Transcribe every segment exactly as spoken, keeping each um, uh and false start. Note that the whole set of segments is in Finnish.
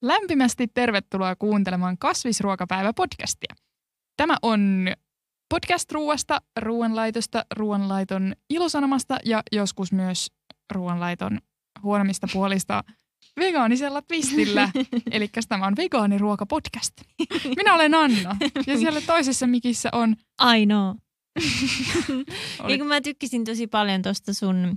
lämpimästi tervetuloa kuuntelemaan Kasvisruokapäivä-podcastia. Tämä on podcast ruuasta, ruoanlaitosta, ruoanlaiton ilosanomasta ja joskus myös ruoanlaiton huonommista puolista vegaanisella twistillä. Eli tämä on vegaaniruokapodcast. Minä olen Anna ja siellä toisessa mikissä on Ainoa. Oli... Niin mä tykkäsin tosi paljon tuosta sun...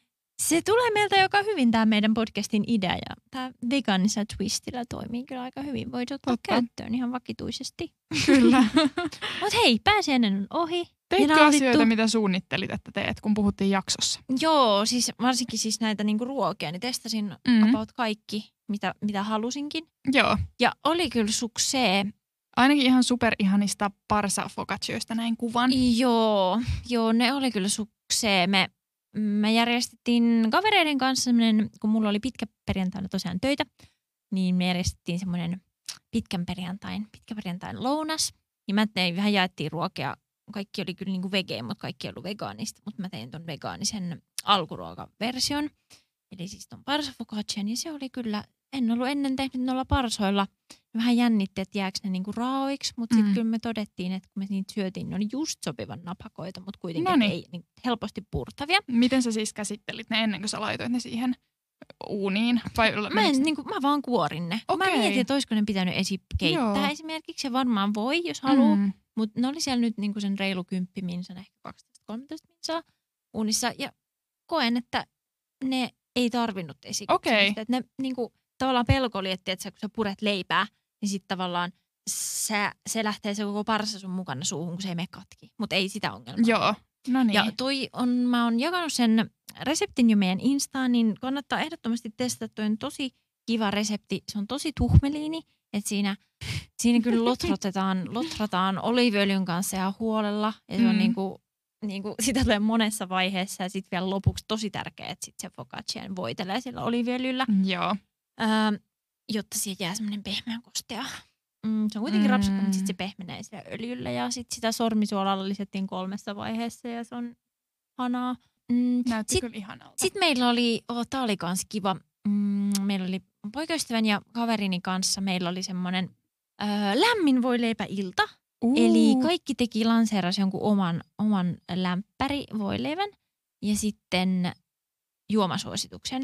Se tulee meiltä joka hyvin tämä meidän podcastin idea ja tämä vegaanisella twistillä toimii kyllä aika hyvin. Voit ottaa Totta. käyttöön ihan vakituisesti. Kyllä. Mutta hei, pääsiäinen on ohi. Teitkö asioita, mitä suunnittelit, että teet, kun puhuttiin jaksossa? Joo, siis varsinkin siis näitä niinku ruokia, niin testasin mm-hmm. about kaikki, mitä, mitä halusinkin. Joo. Ja oli kyllä suksee. Ainakin ihan superihanista parsa focaccioista näin kuvan. Joo, joo, ne oli kyllä suksee. Me, me järjestettiin kavereiden kanssa semmoinen, kun mulla oli pitkä perjantaina tosiaan töitä, niin me järjestettiin semmoinen pitkän perjantain, pitkä perjantain lounas. Ja mä tein, vähän jaettiin ruokia. Kaikki oli kyllä niinku vege, mutta kaikki ei ollut vegaanista, mutta mä tein ton vegaanisen alkuruokaversion. Eli siis ton parsa focaccian, ja se oli kyllä, en ollut ennen tehnyt noilla parsoilla. Vähän jännitti, että jääkö ne niinku raoiksi, mutta sitten mm. kyllä me todettiin, että kun me niitä syötiin, ne oli just sopivan napakoita, mutta kuitenkin Noniin. ei niin helposti purtavia. Miten sä siis käsittelit ne ennen kuin sä laitoit ne siihen uuniin? Vai mä, en, niin kuin, mä vaan kuorin ne. Okay. Mä mietin, että olisiko ne pitänyt esikeittää Joo. esimerkiksi. Se varmaan voi, jos haluaa. Mm. Mutta ne oli siellä nyt niinku sen reilu kymppi minsan, ehkä kaksitoista kolmetoista minsaa uunissa. Ja koen, että ne ei tarvinnut esikeitää. Okay. Ne niinku, tavallaan pelko oli, että kun sä puret leipää, niin sitten tavallaan sä, se lähtee se koko parsa sun mukana suuhun, kun se ei mene katki. Mutta ei sitä ongelmaa. Joo, no niin. Ja toi on, mä oon jakanut sen reseptin jo meidän Instaan, niin kannattaa ehdottomasti testata. Toi on tosi kiva resepti. Se on tosi tuhmeliini, että siinä... Siinä kyllä lotrotetaan, lotrataan oliiviöljyn kanssa ja huolella. Ja se on mm. niinku, niinku, sitä tulee monessa vaiheessa. Ja sitten vielä lopuksi tosi tärkeää, että sit se focaccian voitelee sillä oliiviöljyllä. Joo. Öö, jotta siitä jää semmoinen pehmeän kostea. Mm, se on kuitenkin mm. rapsakka, mutta sitten se pehmenee sillä öljyllä. Ja sitten sitä sormisuolalla lisättiin kolmessa vaiheessa ja se on hanaa. Mm. Näytti sit, kyllä ihanalta. Sitten meillä oli, oh, tää oli kans kiva. Mm, meillä oli poikaystävän ja kaverini kanssa. Meillä oli semmoinen... Öö, lämmin voileipäilta. Uh. Eli kaikki teki lanseerasi jonkun oman, oman lämpäri voileivän ja sitten juomasuosituksen.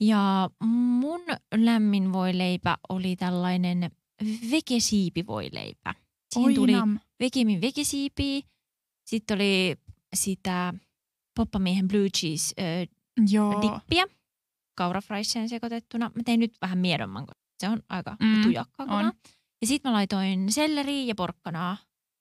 Ja mun lämmin voileipä oli tällainen vegesiipivoileipä. Siihen tuli Vegemin vegesiipiä. Sitten oli sitä Poppamiehen blue cheese öö, dippiä kaurafraisseen sekoitettuna. Mä tein nyt vähän miedomman, koska se on aika mm, tujakkaa kokonaan. Ja sitten mä laitoin selleriä ja porkkanaa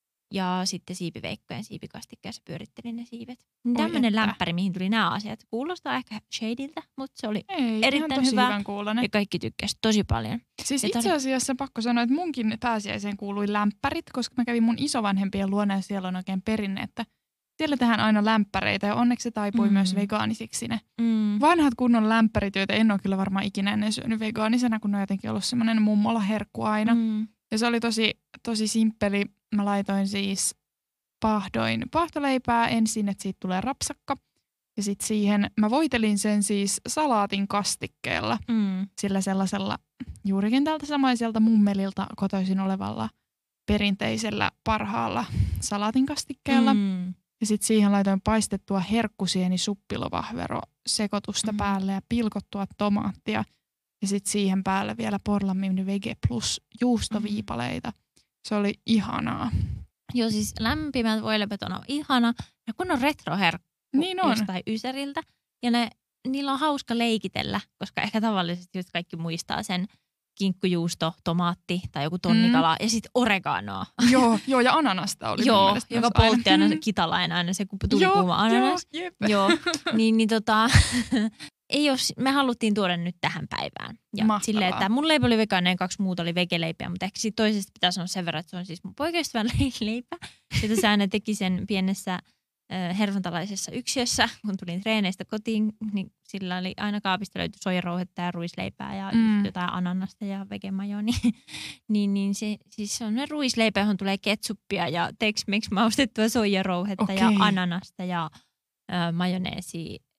ja sitten siipiveikkojen siipikastikkeessa pyörittelin ne siivet. Tämmöinen lämpäri, mihin tuli nämä asiat. Kuulostaa ehkä shadiltä, mutta se oli Ei, erittäin hyvä ja kaikki tykkäsivät tosi paljon. Siis ja itse asiassa oli... pakko sanoa, että munkin pääsiäiseen kuului lämpärit, koska mä kävin mun isovanhempien luona ja siellä on oikein perinne, että siellä tehdään aina lämpäreitä ja onneksi se taipui mm. myös vegaanisiksi ne mm. vanhat kunnon lämpärit, joita en ole kyllä varmaan ikinä ennen syönyt vegaanisena, kun ne on jotenkin ollut semmoinen mummola herkku aina. Mm. Ja se oli tosi, tosi simppeli. Mä laitoin siis pahdoin pahtoleipää ensin, että siitä tulee rapsakka. Ja sitten siihen mä voitelin sen siis salaatin kastikkeella. Mm. Sillä sellaisella juurikin tältä samaiselta mummelilta kotoisin olevalla perinteisellä parhaalla salaatin kastikkeella. Mm. Ja sitten siihen laitoin paistettua herkkusieni suppilovahvero sekoitusta mm. päälle ja pilkottua tomaattia. Ja sitten siihen päälle vielä Porlammin Vege Plus juustoviipaleita. Se oli ihanaa. Joo, siis lämpimät voileipät on ihana. Ja kun on retroherkku niin on. Jostain Ysäriltä. Ja ne, niillä on hauska leikitellä, koska ehkä tavallisesti just kaikki muistaa sen kinkkujuusto, tomaatti tai joku tonnikala mm. ja sitten oreganoa. Joo, joo, ja ananasta oli joo, joka poltti aina mm. kitalain aina se tuli kuuma ananas. Joo, jep. Joo, niin, niin tota... Ei ole, me haluttiin tuoda nyt tähän päivään. Ja silleen, että mun leipä oli vegaaninen ja kaksi muuta oli vegeleipiä, mutta ehkä siitä toisesta pitää sanoa sen verran, että se on siis mun poikaystävän leipä. Jota se aina teki sen pienessä äh, hervontalaisessa yksiössä, kun tulin treeneistä kotiin, niin sillä oli aina kaapista löytyi soijarouhetta ja ruisleipää ja mm. jotain ananasta ja vegemajoa. Niin, niin, niin se, siis se on ne ruisleipä, johon tulee ketsuppia ja Tex-Mex maustettua soijarouhetta okay. ja ananasta ja äh, majoneesia.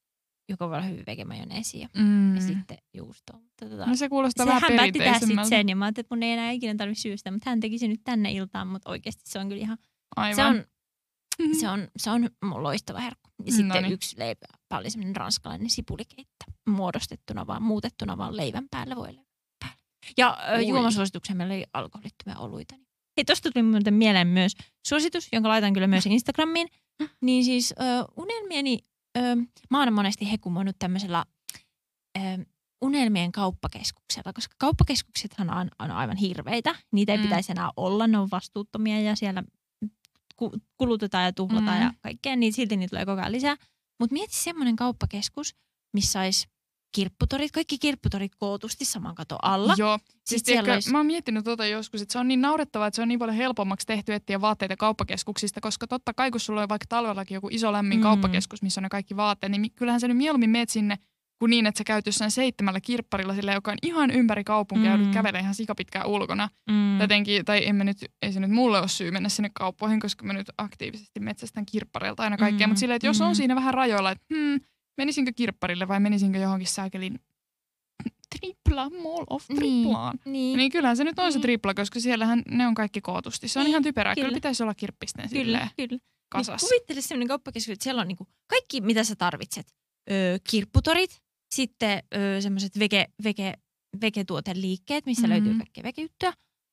joka voi olla hyvin vegemajoneesia Mm. ja sitten juustoa. Tota, No se kuulostaa vähän hän päätti tehdä sitten perinteisemmältä. sen ja mä ajattelin, että mun ei enää ikinä tarvitse syödä sitä, mutta hän teki sen nyt tänne iltaan, mutta oikeasti se on kyllä ihan, Aivan. se on, se on, se on mun loistava herkku. Ja sitten Noniin. yksi leipä oli semmoinen ranskalainen sipulikeitto muodostettuna vaan, muutettuna vaan leivän päälle voi leivän päälle. Ja ö, juomasuosituksia meillä oli alkoholittomia oluita. Hei, tosta tuli muuten mieleen myös suositus, jonka laitan kyllä myös Instagramiin. Niin siis ö, unelmieni, ö, mä oon monesti hekumoinut tämmöisellä ö, unelmien kauppakeskuksella, koska kauppakeskuksethan on, on aivan hirveitä. Niitä ei mm. pitäisi enää olla, ne on vastuuttomia ja siellä kulutetaan ja tuhlataan mm. ja kaikkea, niin silti niitä tulee koko ajan lisää. Mutta mieti semmoinen kauppakeskus, missä olisi kirpputorit, kaikki kirpputorit kootusti saman katon alla. Joo, siis tiedätkö, olisi... mä oon miettinyt tota joskus, että se on niin naurettavaa, että se on niin paljon helpommaksi tehty etsiä vaatteita kauppakeskuksista, koska totta kai kun sulla on vaikka talvellakin joku iso lämmin mm. kauppakeskus, missä on ne kaikki vaatteet, niin kyllähän sä nyt mieluummin meet sinne, kuin niin, että sä käyt jossain seitsemällä kirpparilla sillä, joka on ihan ympäri kaupunkia, mm. ja kävelee ihan sikapitkään ulkona. Mm. Jotenkin, tai en mä nyt, ei se nyt mulle ole syy mennä sinne kauppoihin, koska mä nyt aktiivisesti metsästän kirppareilta aina kaikkea, mm. mutta silleen, että jos on siinä vähän rajoilla, että hmm, menisinkö kirpparille vai menisinkö johonkin sääkelin tripla, mall of triplaan. Niin, niin. niin kyllähän se nyt on niin. Se tripla, koska siellähän ne on kaikki kootusti. Se on niin, ihan typerää. Kyllä. Kyllä pitäisi olla kirppisten silleen kyllä. kasassa. Niin, kuvittele sellainen kauppakeskus, että siellä on niinku kaikki, mitä sä tarvitset. Öö, kirpputorit, sitten öö, semmoiset vege, vege, vegetuoteliikkeet, missä mm-hmm. löytyy kaikkea vegejuttuja.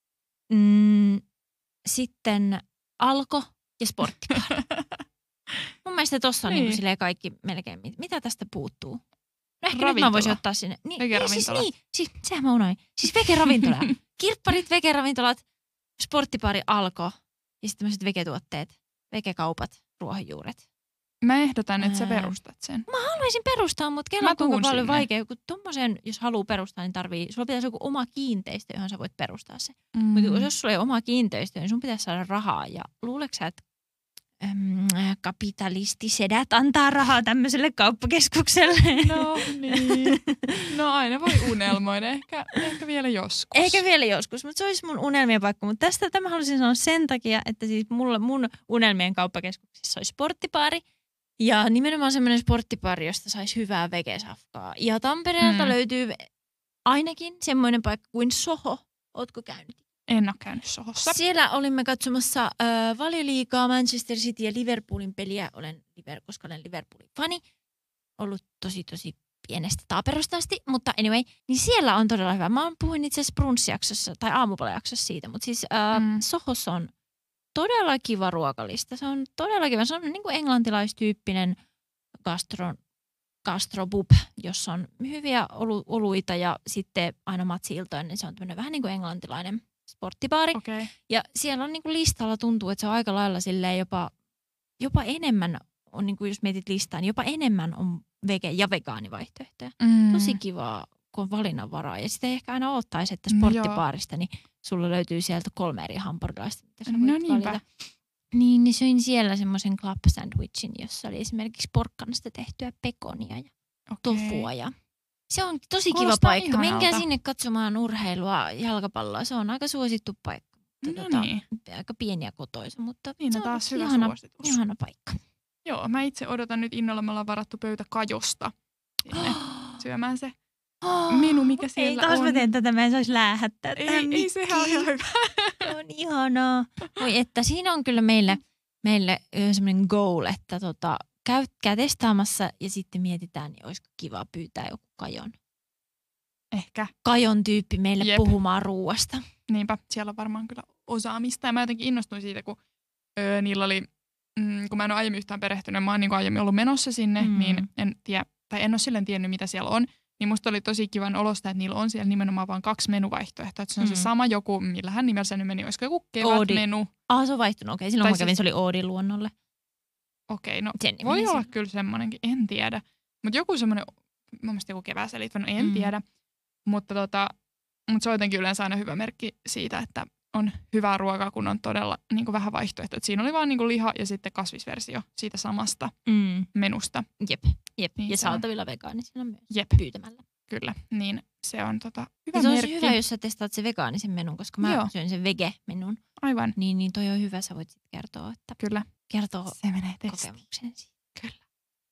Mm, sitten Alko ja sporttipaari. Mun mielestä tossa on niin. Niinku silleen kaikki melkein, mitä tästä puuttuu. No ehkä ravintola. Nyt mä voisin ottaa sinne. Niin, niin, siis, niin, siis sehän mä unoin. Siis vegeravintola. Kirpparit, vegeravintolat, sporttipaari Alko ja sitten tämmöiset vegetuotteet, vegekaupat, ruohonjuuret. Mä ehdotan, että sä perustat sen. Mä haluaisin perustaa, mutta kello on kuinka paljon vaikea. Kun tommosen, jos haluaa perustaa, niin tarvii, sulla pitäisi joku oma kiinteistö, johon sä voit perustaa se. Mm. Mutta jos sulla ei ole oma kiinteistö, niin sun pitäisi saada rahaa. Ja luuleeko sä, että äm, kapitalistisedät antaa rahaa tämmöiselle kauppakeskukselle? No niin. No aina voi unelmoida. Ehkä, ehkä vielä joskus. Ehkä vielä joskus, mutta se olisi mun unelmien paikka. Mutta tästä tämä haluaisin sanoa sen takia, että siis mulla, mun unelmien kauppakeskuksessa olisi sporttipaari. Ja nimenomaan semmoinen sporttipaari, josta saisi hyvää vegesafkaa. Ja Tampereelta hmm. löytyy ainakin semmoinen paikka kuin Soho. Ootko käynyt? En ole käynyt Sohossa. Siellä olimme katsomassa äh, Valioliigaa, Manchester City ja Liverpoolin peliä. Olen, koska olen Liverpoolin fani. Ollut tosi tosi pienestä taaperosta asti, mutta anyway. Niin siellä on todella hyvä. Mä puhuin itse asiassa brunssijaksossa tai aamupalajaksossa siitä, mutta siis äh, hmm. Sohossa on todella kiva ruokalista. Se on todella kiva. Se on niin kuin englantilaistyyppinen gastro, gastrobub, jossa on hyviä olu, oluita ja sitten aina matsi-iltoin, niin se on tämmöinen vähän niin kuin englantilainen sporttibaari. Okay. Ja siellä on niin kuin listalla tuntuu, että se on aika lailla silleen jopa, jopa enemmän, on niin kuin jos mietit listaa, niin jopa enemmän on vege- ja vegaanivaihtoehtoja. Mm. Tosi kivaa, kun on valinnanvaraa. Ja sitä ei ehkä aina ottaisi, että sporttibaarista, niin sulla löytyy sieltä kolme eri hampurilaista, mitä sä voit no valita. Niin, niin söin siellä semmoisen club sandwichin, jossa oli esimerkiksi porkkanasta tehtyä pekonia ja okay. tofua. Ja se on tosi kuulostaa kiva paikka. Ihanalta. Menkää sinne katsomaan urheilua, jalkapalloa. Se on aika suosittu paikka. No tota, niin. Aika pieniä kotoisa, mutta niin, se on taas hyvä ihana, suositus. ihana paikka. Joo, mä itse odotan nyt innolla. Me ollaan varattu pöytä Kajosta sinne syömään se menu, mikä siellä ei, taas on. Ei, taas mä teen tätä, mä en saisi lähettää. Ei, ei sehän on ihan hyvä. Se on ihanaa. Voi että siinä on kyllä meille, meille semmoinen goal, että tota, käykää testaamassa ja sitten mietitään, niin olisiko kiva pyytää joku Kajon. Ehkä. Kajon tyyppi meille Jep. puhumaan ruuasta. Niinpä, siellä on varmaan kyllä osaamista. Ja mä jotenkin innostuin siitä, kun öö, niillä oli, mm, kun mä en ole aiemmin yhtään perehtynyt, mä oon niin kuin aiemmin ollut menossa sinne, mm. niin en tiedä, tai en ole silleen tiennyt, mitä siellä on. Niin musta oli tosi kivan olosta, että niillä on siellä nimenomaan vain kaksi menuvaihtoehtoa. Että se on mm. se sama joku, millähän nimellä se nyt meni, olisiko joku kevätmenu. Ah, se on vaihtunut, okei. Okay. Silloin tai mä kävin, se, se oli Oodi luonnolle. Okei, okay, no sen voi nimesi. Olla kyllä semmoinenkin, en tiedä. Mutta joku semmoinen, mun mielestä joku keväselit, no en mm. tiedä. Mutta tota, mut se on jotenkin yleensä aina hyvä merkki siitä, että on hyvää ruokaa, kun on todella niin kuin vähän vaihtoehtoja. Siinä oli vaan niin kuin liha ja sitten kasvisversio siitä samasta mm. menusta. Jep, jep. Niin ja saatavilla vegaanisena myös jep. pyytämällä. Kyllä, niin se on tota, hyvä ja se merkki. Se on hyvä, jos sä testaat sen vegaanisen menun, koska mä Joo. syön sen vege-menun. Aivan. Niin, niin toi on hyvä, sä voit sitten kertoa, että Kyllä. kertoo se menee kokemuksen siitä. Kyllä.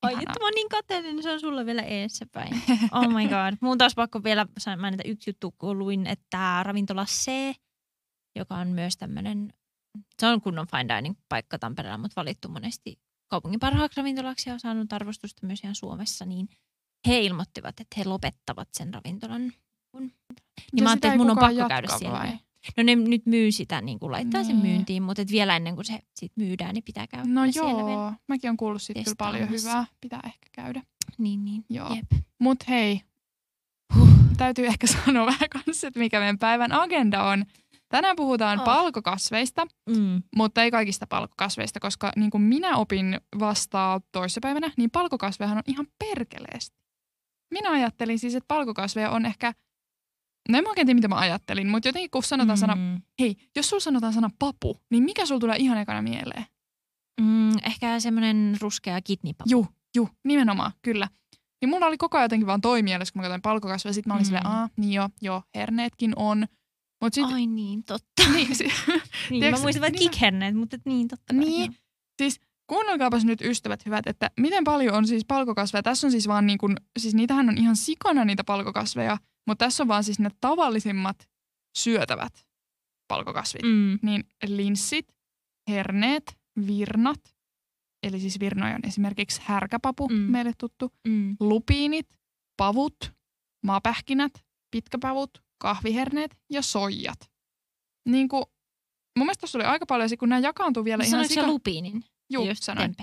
Ai, että mä oon niin kateellinen, se on sulla vielä eessä päin. Oh my god. Mun taas pakko vielä mainita yksi juttu, kun luin, että ravintola C, joka on myös tämmöinen, se on kunnon fine dining paikka Tampereella, mutta valittu monesti kaupungin parhaaksi ravintolaksi ja on saanut arvostusta myös ihan Suomessa, niin he ilmoittivat, että he lopettavat sen ravintolan. Niin mä ajattelin, että mun on pakko käydä siellä. Vai? No ne nyt myy sitä, niin kuin laittaa nee. sen myyntiin, mutta et vielä ennen kuin se sit myydään, niin pitää käydä no siellä joo, vielä. Mäkin on kuullut siitä kyllä paljon hyvää. Pitää ehkä käydä. Niin, niin. Joo. Jep. Mut hei, huh. täytyy ehkä sanoa vähän kanssa, että mikä meidän päivän agenda on. Tänään puhutaan oh. palkokasveista, mm. mutta ei kaikista palkokasveista, koska niin kuin minä opin vasta toissapäivänä, niin palkokasvejahan on ihan perkeleesti. Minä ajattelin siis, että palkokasveja on ehkä, no en mä oikein tiedä, mitä mä ajattelin, mutta jotenkin kun sanotaan mm. sana, hei, jos sulla sanotaan sana papu, niin mikä sulla tulee ihan ekana mieleen? Mm, ehkä semmoinen ruskea kidneypapu. Juh, juh, nimenomaan, kyllä. Niin mulla oli koko ajan jotenkin vaan toi mielessä, kun mä katsoin palkokasveja, sit mä olin mm. silleen, aah, niin joo, joo, herneetkin on. Mut sit, ai niin, totta. Niin, si- niin tiiäks, mä muistin vain niin, kikherneet, mutta niin, totta. Niin, kai. Siis kuunnelkaapas nyt ystävät hyvät, että miten paljon on siis palkokasveja. Tässä on siis vaan niin kuin, siis niitähän on ihan sikana niitä palkokasveja, mutta tässä on vaan siis ne tavallisimmat syötävät palkokasvit. Mm. Niin linssit, herneet, virnat, eli siis virnoja on esimerkiksi härkäpapu, mm. meille tuttu, mm. lupiinit, pavut, maapähkinät, pitkäpavut, kahviherneet ja soijat. Niin kuin, mun mielestä tuossa oli aika paljon, kun nämä jakaantuu vielä no, ihan sika... Sanoitko lupiinin? Juu, sanoin.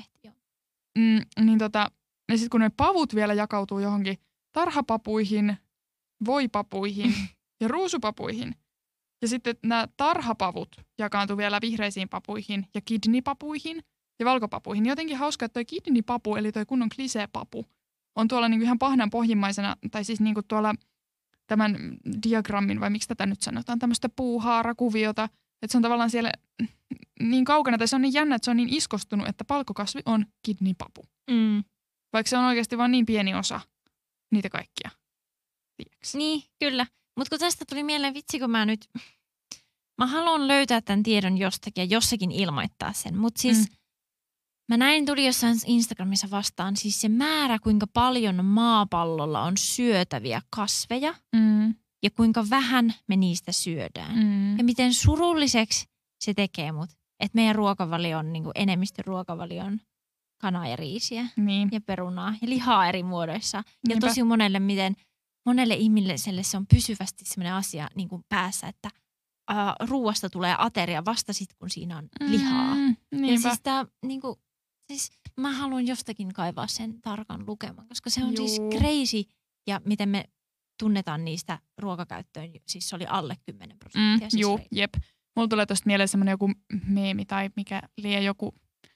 Mm, niin tota, ja sitten kun ne pavut vielä jakautuu johonkin tarhapapuihin, voipapuihin ja ruusupapuihin. Ja sitten nämä tarhapavut jakaantuu vielä vihreisiin papuihin ja kidneypapuihin ja valkopapuihin. Jotenkin hauska, että toi kidneypapu, eli toi kunnon kliseepapu, on tuolla niinku ihan pahnan pohjimmaisena, tai siis niinku tuolla tämän diagrammin, vai miksi tätä nyt sanotaan, tämmöistä puuhaarakuviota, että se on tavallaan siellä niin kaukana, tai se on niin jännä, että se on niin iskostunut, että palkokasvi on kidneypapu. Mm. Vaikka se on oikeasti vain niin pieni osa niitä kaikkia. Tiiäks? Niin, kyllä. Mutta kun tästä tuli mieleen, vitsi kun mä nyt, mä haluan löytää tämän tiedon jostakin ja jossakin ilmoittaa sen. Mutta siis mm. mä näin, tuli jossain Instagramissa vastaan, siis se määrä, kuinka paljon maapallolla on syötäviä kasveja mm. ja kuinka vähän me niistä syödään. Mm. Ja miten surulliseksi se tekee mut, että meidän ruokavalio on, niin kuin enemmistö ruokavalio on kanaa ja riisiä niin. ja perunaa ja lihaa eri muodoissa. Niinpä. Ja tosi monelle, miten monelle ihmiselle se on pysyvästi sellainen asia niin kuin päässä, että ää, ruuasta tulee ateria vasta sitten, kun siinä on lihaa. Mm, ja siis, tää, niin kuin, siis mä haluan jostakin kaivaa sen tarkan lukeman, koska se on Juu. siis crazy. Ja miten me tunnetaan niistä ruokakäyttöön, siis se oli alle kymmenen prosenttia. Mm, siis juu, jep. Mulla tulee tuosta mieleen semmoinen joku meemi tai mikä liian joku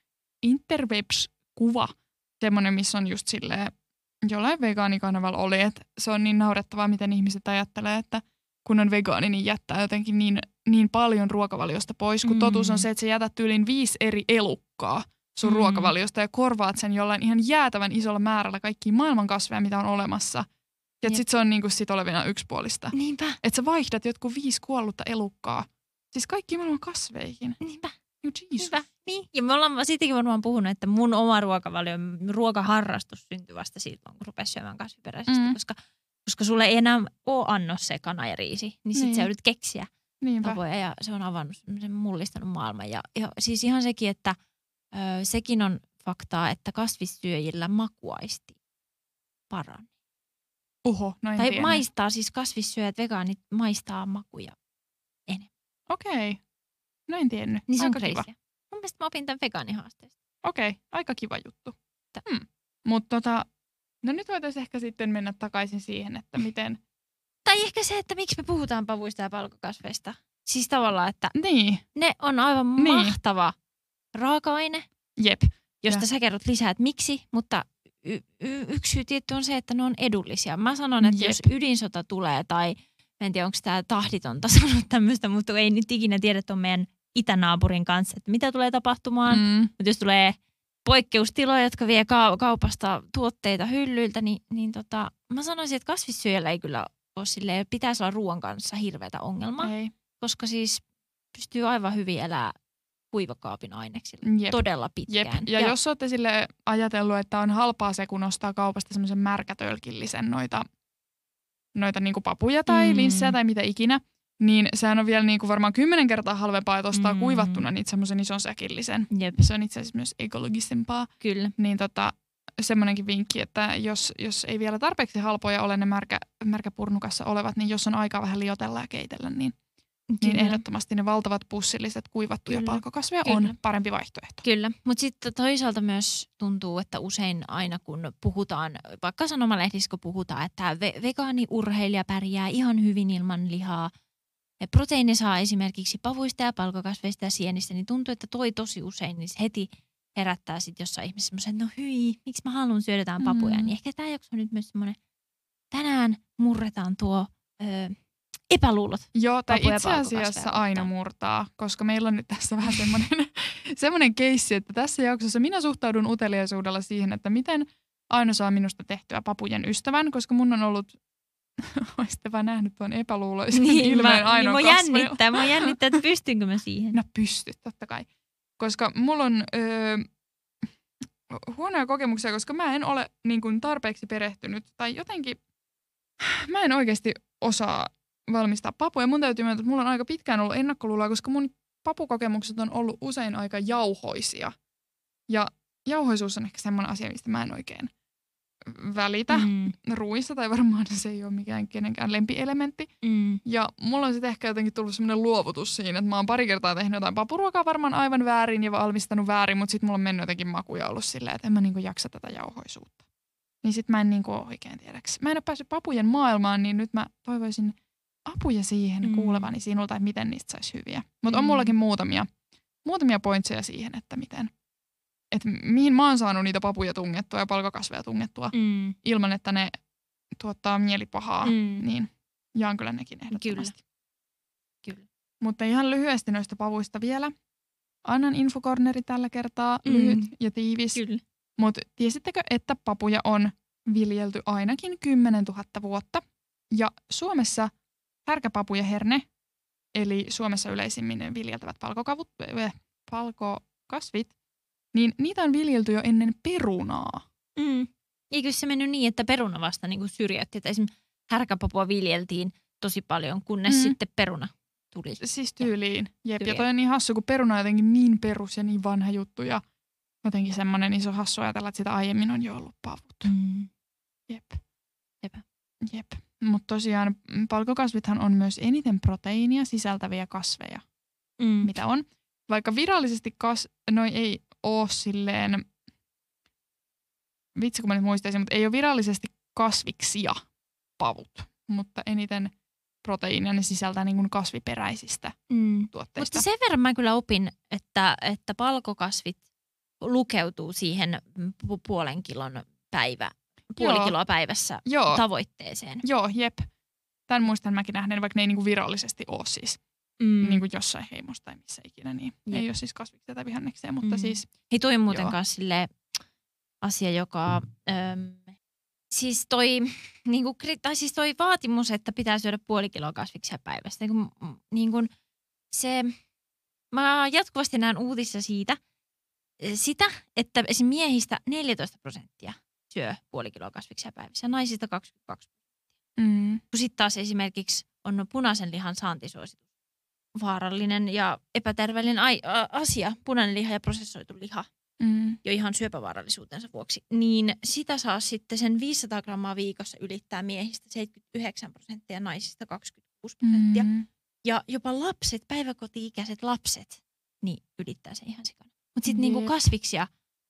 interwebs-kuva. Semmoinen, missä on just silleen, jollain vegaanikanavalla oli, että se on niin naurettavaa, miten ihmiset ajattelee, että kun on vegaani, niin jättää jotenkin niin, niin paljon ruokavaliosta pois, kun mm. totuus on se, että sä jätät tyylin viisi eri elukkaa sun mm. ruokavaliosta ja korvaat sen jollain ihan jäätävän isolla määrällä kaikkia maailman kasveja, mitä on olemassa. Ja sitten se on niinku sit olevina yksipuolista. Niinpä. Että sä vaihdat jotkut viisi kuollutta elukkaa. Siis kaikki maailman kasveihin. Niinpä. Niinpä. Niin. Ja me ollaan siitäkin varmaan puhunut, että mun oma ruokavalio, ruokaharrastus syntyi vasta siitä, kun rupesi syömään kasviperäisesti, mm. koska, koska sulle ei enää ole annos se kana ja riisi. Niin sit niin. sä joudut keksiä Niinpä. tapoja ja se on avannut, sen mullistanut maailman. Ja, ja siis ihan sekin, että ö, sekin on faktaa, että kasvissyöjillä makuaisti paranee. Oho, no en Tai tiedä. maistaa, siis kasvissyöjät, vegaanit maistaa makuja enemmän. Okei. Okay. No en tiennyt. Niin se aika on kiva. crazy. Mun mielestä mä opin tämän vegaanihaasteesta. Okei, okay. Aika kiva juttu. Hmm. Mutta tota, no nyt voitaisiin ehkä sitten mennä takaisin siihen, että miten... Tai ehkä se, että miksi me puhutaan pavuista ja palkokasveista. Siis tavallaan, että niin. ne on aivan niin. mahtava raaka-aine. Jep. Josta ja. sä kerrot lisää, että miksi, mutta y- y- yksi syy tietty on se, että ne on edullisia. Mä sanon, että Jep. jos ydinsota tulee tai en tiedä, onko tämä tahditonta sanoa tämmöistä, mutta ei nyt ikinä tiedä tuon meidän itänaapurin kanssa, että mitä tulee tapahtumaan. Mm. Mutta jos tulee poikkeustiloja, jotka vie ka- kaupasta tuotteita hyllyiltä, niin, niin tota, mä sanoisin, että kasvissyöjällä ei kyllä ole silleen, pitäisi olla ruoan kanssa hirveätä ongelmaa. Ei. Koska siis pystyy aivan hyvin elää kuivakaapin aineksilla Jep. todella pitkään. Jep. Ja, ja jos olette sille ajatellut, että on halpaa se, kun ostaa kaupasta semmoisen märkätölkillisen noita, noita niinku papuja tai mm. linssejä tai mitä ikinä, niin sehän on vielä niinku varmaan kymmenen kertaa halvempaa, että ostaa mm. kuivattuna niitä semmoisen ison säkillisen. Jep. Se on itse asiassa myös ekologisempaa. Kyllä. Niin tota, semmoinenkin vinkki, että jos, jos ei vielä tarpeeksi halpoja ole ne märkä, märkäpurnukassa olevat, niin jos on aikaa vähän liotella ja keitellä, niin, niin ehdottomasti ne valtavat pussilliset kuivattuja Kyllä. palkokasveja Kyllä. on parempi vaihtoehto. Kyllä, mutta sitten toisaalta myös tuntuu, että usein aina kun puhutaan, vaikka sanomalehdissä kun puhutaan, että ve- vegaaniurheilija pärjää ihan hyvin ilman lihaa, ja proteiini saa esimerkiksi pavuista ja palkokasveista ja sienistä, niin tuntuu, että toi tosi usein niin heti herättää sitten jossain ihmisessä semmoisen, no hyi, miksi mä haluan syödä jotain papuja. Mm. Niin ehkä tämä jakso on nyt myös semmoinen, tänään murretaan tuo ö, epäluulot. Joo, tai itse asiassa aina murtaa, koska meillä on nyt tässä vähän semmoinen, semmoinen keissi, että tässä jaksossa minä suhtaudun uteliaisuudella siihen, että miten Aino saa minusta tehtyä papujen ystävän, koska mun on ollut, olisitte vaan nähnyt tuon epäluuloisen niin, ilmeen Ainon niin, kasvoilla. Jännittää, mä jännittää, että pystynkö mä siihen. No pystyt, totta kai. Koska mulla on öö, huonoja kokemuksia, koska mä en ole niin kuin tarpeeksi perehtynyt. Tai jotenkin, mä en oikeasti osaa valmistaa papuja. Mun täytyy myöntää, että mulla on aika pitkään ollut ennakkoluuloa, koska mun papukokemukset on ollut usein aika jauhoisia. Ja jauhoisuus on ehkä semmoinen asia, mistä mä en oikein välitä mm. ruuissa, tai varmaan se ei ole mikään kenenkään lempielementti. Mm. Ja mulla on sitten ehkä jotenkin tullut semmoinen luovutus siinä, että mä oon pari kertaa tehnyt jotain papuruokaa varmaan aivan väärin ja valmistanut väärin, mutta sitten mulla on mennyt jotenkin makuja ollut silleen, että en mä niinku jaksa tätä jauhoisuutta. Niin sit mä en niinku oikein tiedäks. Mä en ole päässyt papujen maailmaan, niin nyt mä toivoisin apuja siihen mm. kuulevani sinulta, että miten niistä saisi hyviä. Mutta on mullakin muutamia, muutamia pointseja siihen, että miten. Että mihin mä oon saanut niitä papuja tungettua ja palkokasveja tungettua mm. ilman, että ne tuottaa mielipahaa, mm. niin jaan kyllä nekin ehdottomasti. Kyllä. Kyllä. Mutta ihan lyhyesti noista pavuista vielä. Annan infokorneri tällä kertaa, mm. lyhyt ja tiivis. Mutta tiesittekö, että papuja on viljelty ainakin kymmenentuhatta vuotta? Ja Suomessa härkäpapu ja herne, eli Suomessa yleisimmin viljeltävät palkokavut, äh, palkokasvit, niin niitä on viljelty jo ennen perunaa. Mm. Eikö se mennyt niin, että peruna vasta niin kuin syrjäytti? Että esimerkiksi härkäpapua viljeltiin tosi paljon, kunnes mm. sitten peruna tuli. Siis tyyliin. Jep. Tyyliin. Ja toi on niin hassu, kun peruna on jotenkin niin perus ja niin vanha juttu. Ja jotenkin semmoinen iso hassu ajatella, että sitä aiemmin on jo ollut pavut. Mm. Jep. Jep. Jep. Mutta tosiaan palkokasvithan on myös eniten proteiinia sisältäviä kasveja, mm. mitä on. Vaikka virallisesti kas... noi ei ole silleen, vitsi kun mä nyt muistaisin, mutta ei ole virallisesti kasviksia pavut, mutta eniten proteiinia ne sisältää niin kuin kasviperäisistä mm. tuotteista. Mutta sen verran mä kyllä opin, että, että palkokasvit lukeutuu siihen pu- puolen kilon päivä, puoli Joo. kiloa päivässä Joo. tavoitteeseen. Joo, jep. Tämän muistan mäkin nähneen, vaikka ne ei niin kuin virallisesti ole siis. Mm. Niin kuin jossain heimossa tai missä ikinä, niin Jep. ei ole siis kasviksia tai vihanneksia, mutta mm. siis... Hei, toi on muuten kanssa silleen asia, joka... Öm, siis toi, niin kuin, tai siis toi vaatimus, että pitää syödä puoli kiloa kasviksia päivästä. Niin kuin, niin kuin se... Mä jatkuvasti näen uutissa siitä, sitä, että esim. Miehistä neljätoista prosenttia syö puoli kiloa kasviksia päivässä ja naisista kaksikymmentäkaksi prosenttia. Mm. Kun sitten taas esimerkiksi on punaisen lihan saantisuositus. Vaarallinen ja epäterveellinen asia, punainen liha ja prosessoitu liha, mm. jo ihan syöpävaarallisuutensa vuoksi, niin sitä saa sitten sen viisisataa grammaa viikossa ylittää miehistä seitsemänkymmentäyhdeksän prosenttia ja naisista kaksikymmentäkuusi prosenttia. Mm. Ja jopa lapset, päiväkoti-ikäiset lapset, niin ylittää se ihan sikana. Mutta sitten niinku kasviksia,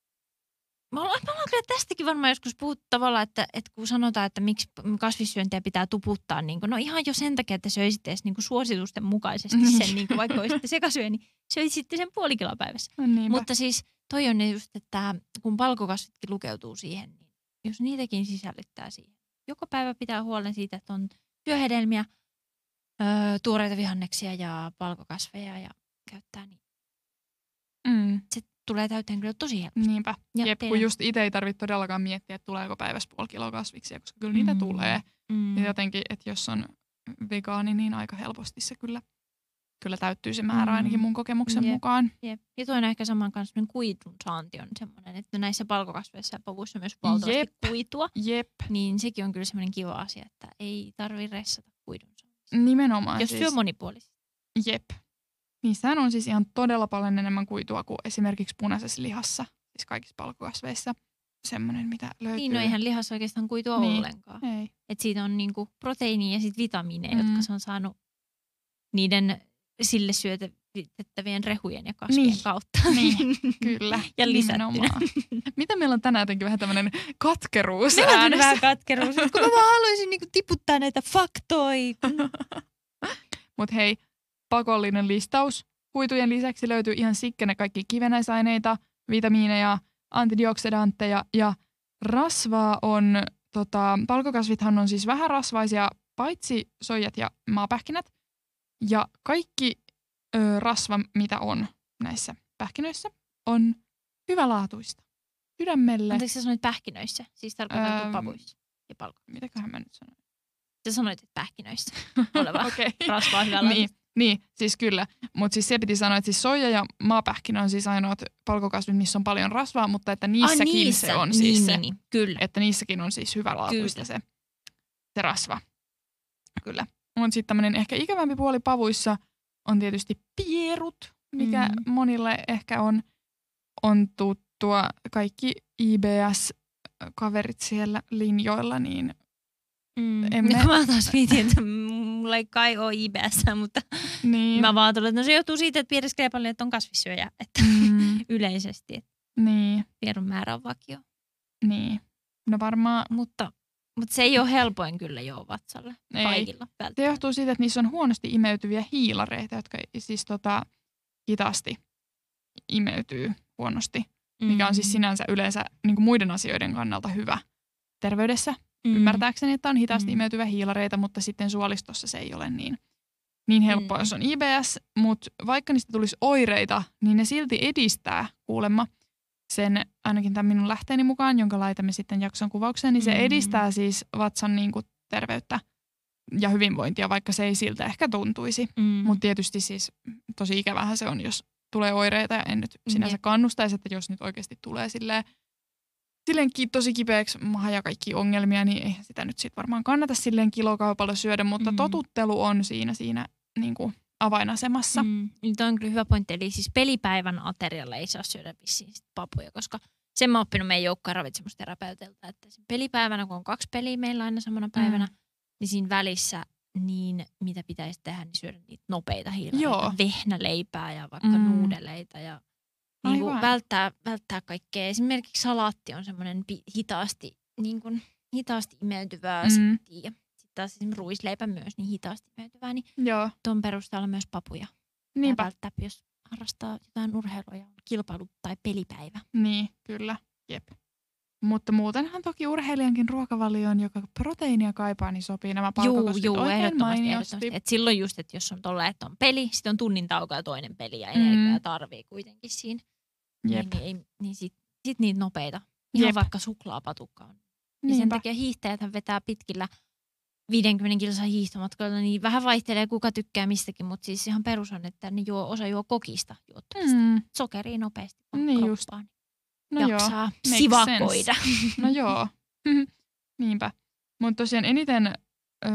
me ollaan, me ollaan kyllä tästäkin varmaan joskus puhuttu tavallaan, että, että kun sanotaan, että miksi kasvissyöntiä pitää tuputtaa, niin kun, no ihan jo sen takia, että söisitte edes niin suositusten mukaisesti sen, niin vaikka olisitte sekasyö, niin söisitte sen puoli kiloa päivässä. No mutta siis toi on just, että kun palkokasvitkin lukeutuu siihen, niin jos niitäkin sisällyttää siihen. Joka päivä pitää huolen siitä, että on työhedelmiä, öö, tuoreita vihanneksia ja palkokasveja ja käyttää niin. Mm. Se tulee täyteen kyllä tosi helposti. Niinpä. Ja Jep, kun just itse ei tarvitse todellakaan miettiä, että tuleeko päivässä puoli kiloa kasviksia, koska kyllä niitä mm. tulee. Mm. Ja jotenkin, että jos on vegaani, niin aika helposti se kyllä, kyllä täyttyy se määrä mm. ainakin mun kokemuksen Jep. mukaan. Jep. Ja toinen ehkä saman kanssa kuidun saanti on semmoinen, että näissä palkokasveissa ja pavuissa on myös valtavasti Jep. kuitua. Jep. Niin sekin on kyllä semmoinen kiva asia, että ei tarvitse ressata kuidun saantia. Nimenomaan. Jos siis, syö monipuolisesti. Jep. Niissähän on siis ihan todella paljon enemmän kuitua kuin esimerkiksi punaisessa lihassa, siis kaikissa palkokasveissa. Semmoinen, mitä löytyy. Niin, no eihän lihassa oikeastaan kuitua niin. ollenkaan. Ei. Että siitä on niinku proteiinia ja sit vitamiineja, Mm. jotka se on saanut niiden sille syötettävien rehujen ja kasvien Niin. kautta. Niin, kyllä. Ja lisättynä. Nimenomaan. Mitä meillä on tänään jotenkin vähän tämmöinen katkeruus Meillä on äänessä? vähän katkeruus, kun mä vaan haluaisin niinku tiputtaa näitä faktoja. Mutta hei, pakollinen listaus. Kuitujen lisäksi löytyy ihan sikkänä kaikki kivenäisaineita, vitamiineja, antidioksidantteja ja rasvaa on, tota, palkokasvithan on siis vähän rasvaisia, paitsi soijat ja maapähkinät. Ja kaikki ö, rasva, mitä on näissä pähkinöissä, on hyvälaatuista. Sydämelle. Anteeksi, sä sanoit pähkinöissä, siis tarkoitatko Öö, pavuissa ja palkoissa. Mitäköhän mä nyt sanoin? Sä sanoit, että pähkinöissä oleva Okei. rasva on hyvä Niin, niin, siis kyllä. Mutta siis se piti sanoa, että siis soija ja maapähkinä on siis ainoat palkokasvit, missä on paljon rasvaa, mutta että niissäkin ah, niissä. se on niin, siis niin, se. Niin, kyllä. Että niissäkin on siis hyvälaatuista se, se rasva. Kyllä. Mutta sitten tämmöinen ehkä ikävämpi puoli pavuissa on tietysti pierut, mikä mm. monille ehkä on, on tuttua. Kaikki I B S-kaverit siellä linjoilla, niin Mm. emme... Mä taas mietin, että mulla ei kai ole I B S, mutta niin. mä vaan tulin, että no se johtuu siitä, että piereskelee paljon, että on kasvissyöjä, että Mm. yleisesti, että niin. pierun määrä on vakio. Niin. No varmaan... Mutta, mutta se ei ole helpoin kyllä joo vatsalle Ei. kaikilla. Se johtuu siitä, että niissä on huonosti imeytyviä hiilareita, jotka siis tota, hitaasti imeytyy huonosti, mm. mikä on siis sinänsä yleensä niin kuin muiden asioiden kannalta hyvä terveydessä. Mm. Ymmärtääkseni, että on hitaasti mm. imeytyviä hiilareita, mutta sitten suolistossa se ei ole niin, niin helppoa, mm. jos on I B S. Mutta vaikka niistä tulisi oireita, niin ne silti edistää kuulemma sen, ainakin tämän minun lähteeni mukaan, jonka laitamme sitten jakson kuvaukseen, niin se mm. edistää siis vatsan niin kuin terveyttä ja hyvinvointia, vaikka se ei siltä ehkä tuntuisi. Mm. Mutta tietysti siis tosi ikävähän se on, jos tulee oireita ja en nyt sinänsä kannustaisi, että jos nyt oikeasti tulee silleen, silleen tosi kipeäksi maha ja kaikki ongelmia, niin eihän sitä nyt sit varmaan kannata silleen kilokaupalla syödä, mutta mm. totuttelu on siinä, siinä niin kuin avainasemassa. Mm. Tämä on kyllä hyvä pointti, eli siis pelipäivän aterialla ei saa syödä vissiin papuja, koska sen mä oon oppinut meidän joukkojen ravitsemusterapeutilta, että pelipäivänä, kun on kaksi peliä meillä aina samana päivänä, mm. niin siinä välissä niin mitä pitäisi tehdä, niin syödä niitä nopeita hiilareita, vehnäleipää ja vaikka mm. nuudeleita ja niin kuin välttää, välttää kaikkea. Esimerkiksi salaatti on semmoinen hitaasti, niin kuin, hitaasti imeytyvää. Mm. Ja sitten taas esimerkiksi ruisleipä myös niin hitaasti imeytyvää. Niin tuon perusteella myös papuja. Niinpä. Välttää, jos harrastaa jotain urheilua ja kilpailu- tai pelipäivä. Niin, kyllä. Jep. Mutta muutenhan toki urheilijankin ruokavalioon, joka proteiinia kaipaa, niin sopii nämä palkokasvit oikein mainiosti. Ehdottomasti. Et silloin just, että jos on tolla, että on peli, sitten on tunnin tauko ja toinen peli ja energiaa mm. tarvii kuitenkin siinä. Jep. Niin, niin, niin sitten sit niitä nopeita. Ihan Jep. vaikka suklaapatukka on. Ja sen takia hiihtäjäthän vetää pitkillä viidenkymmenen kilsan hiihtomatkoilla, niin vähän vaihtelee kuka tykkää mistäkin, mutta siis ihan perus on, että ne juo, osa juo kokista juottamista. Mm. Sokeria nopeasti niin kroppaan. No jaksaa joo, sivakoida. No joo, niinpä. Mutta tosiaan eniten öö,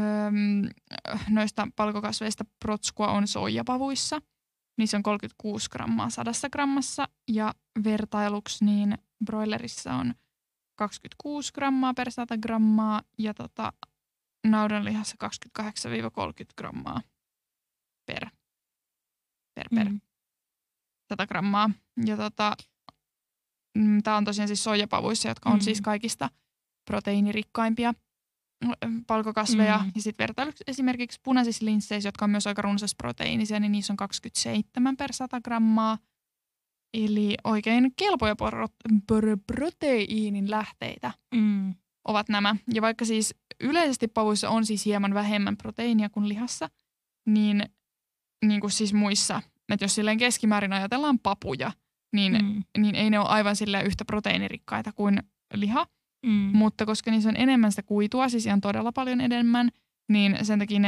noista palkokasveista protskua on soijapavuissa. Niissä on kolmekymmentäkuusi grammaa sadassa grammassa ja vertailuksi niin broilerissa on kaksikymmentäkuusi grammaa per sata grammaa ja tota, naudanlihassa kaksikymmentäkahdeksan kolmekymmentä grammaa per, per, per mm. sata grammaa. Ja tota, tämä on tosiaan siis soijapavuissa, jotka on mm. siis kaikista proteiinirikkaimpia palkokasveja. Mm. Ja sitten vertailuksi esimerkiksi punaisissa linsseissä, jotka on myös aika runsas proteiinisia, niin niissä on kaksikymmentäseitsemän per sata grammaa. Eli oikein kelpoja proteiinin lähteitä mm. ovat nämä. Ja vaikka siis yleisesti pavuissa on siis hieman vähemmän proteiinia kuin lihassa, niin, niin kuin siis muissa, että jos silleen keskimäärin ajatellaan papuja, niin, mm. niin ei ne ole aivan silleen yhtä proteiinirikkaita kuin liha. Mm. Mutta koska niissä on enemmän sitä kuitua, siis ihan todella paljon enemmän, niin sen takia ne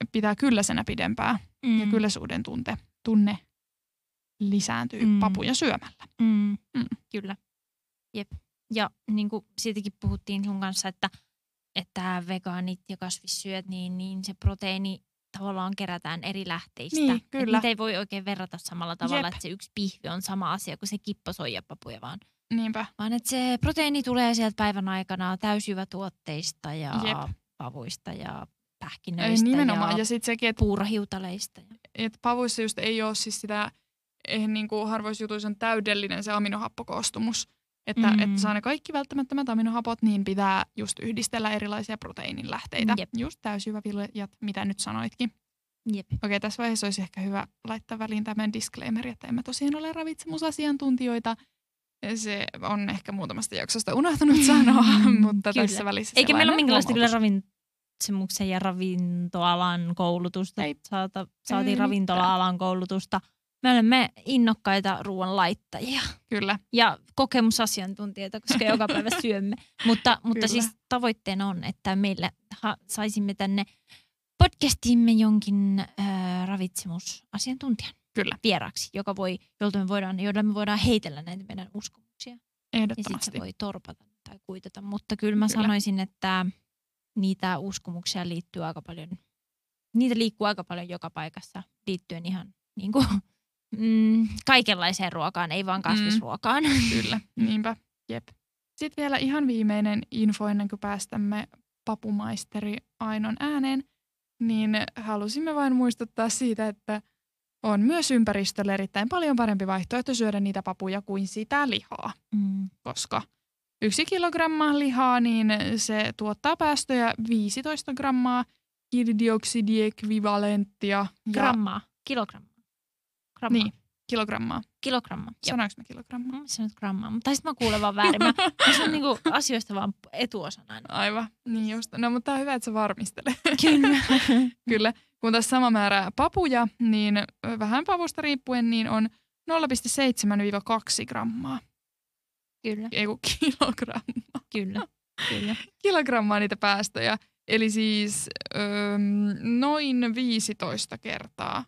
pitää kylläisenä pidempään. Mm. Ja kylläisyyden tunte, tunne lisääntyy mm. papuja syömällä. Mm. Mm. Kyllä. Jep. Ja niin kuin siitäkin puhuttiin sun kanssa, että, että vegaanit ja kasvissyöt, niin, niin se proteiini tavallaan kerätään eri lähteistä. Niin, kyllä. Niitä ei voi oikein verrata samalla tavalla, Jep. että se yksi pihvi on sama asia kuin se kipposoijapapuja, vaan, Niinpä. vaan että se proteiini tulee sieltä päivän aikana täysjyvätuotteista ja Jep. pavuista ja pähkinöistä nimenomaan. ja, ja sit sekin, et, puurahiutaleista. Et pavuissa just ei ole siis sitä, eihän niinku harvoissa jutuissa on täydellinen se aminohappokoostumus. Että, mm. että saa ne kaikki välttämättömät aminohapot, niin pitää just yhdistellä erilaisia proteiinin lähteitä. Jep. Just täysjyväviljat, mitä nyt sanoitkin. Jep. Okei, tässä vaiheessa olisi ehkä hyvä laittaa väliin tämän disclaimer, että emme tosiaan ole ravitsemusasiantuntijoita. Se on ehkä muutamasta jaksosta unohtunut sanoa, mutta kyllä. Tässä välissä eikä meillä ole minkälaista kyllä ravitsemuksen ja ravintoalan koulutusta. Ei. Saata, saatiin ei ravintola-alan koulutusta. Me olemme innokkaita ruoan laittajia. Kyllä. Ja kokemusasiantuntijoita, koska joka päivä syömme. Mutta, mutta siis tavoitteena on, että meille ha- saisimme tänne podcastimme jonkin äh, ravitsemusasiantuntijan Kyllä. vieraaksi, joka voi, jolta me voidaan, jolla me voidaan heitellä näitä meidän uskomuksia. Ehdottomasti. Ja sitten se voi torpata tai kuitata. Mutta kyllä mä kyllä. sanoisin, että niitä uskomuksia liittyy aika paljon, niitä liikkuu aika paljon joka paikassa liittyen ihan niin kuin Mm, kaikenlaiseen ruokaan, ei vaan kasvisruokaan. Mm, kyllä, niinpä. Jep. Sitten vielä ihan viimeinen info ennen kuin päästämme papumaisteri Ainon ääneen, niin halusimme vain muistuttaa siitä, että on myös ympäristölle erittäin paljon parempi vaihtoehto syödä niitä papuja kuin sitä lihaa. Mm. Koska yksi kilogramma lihaa, niin se tuottaa päästöjä viisitoista grammaa hiilidioksidiekvivalenttia. Grammaa, kilogrammaa. Grammaa. Niin, kilogrammaa. Kilogrammaa. Sanoinko mä kilogrammaa? Mä sanoin grammaa, mutta sitten mä kuulen vaan väärin. Mä, mä sanon niinku asioista vaan etuosan aina. Aivan, niin just. No mutta on hyvä, että sä varmistelet. Kyllä. Kyllä. Kun tässä sama määrä papuja, niin vähän pavusta riippuen, niin on nolla pilkku seitsemän kaksi grammaa. Kyllä. Ei kun kilogrammaa. Kyllä. Kyllä. Kilogrammaa niitä päästöjä. Eli siis öö, noin viisitoista kertaa.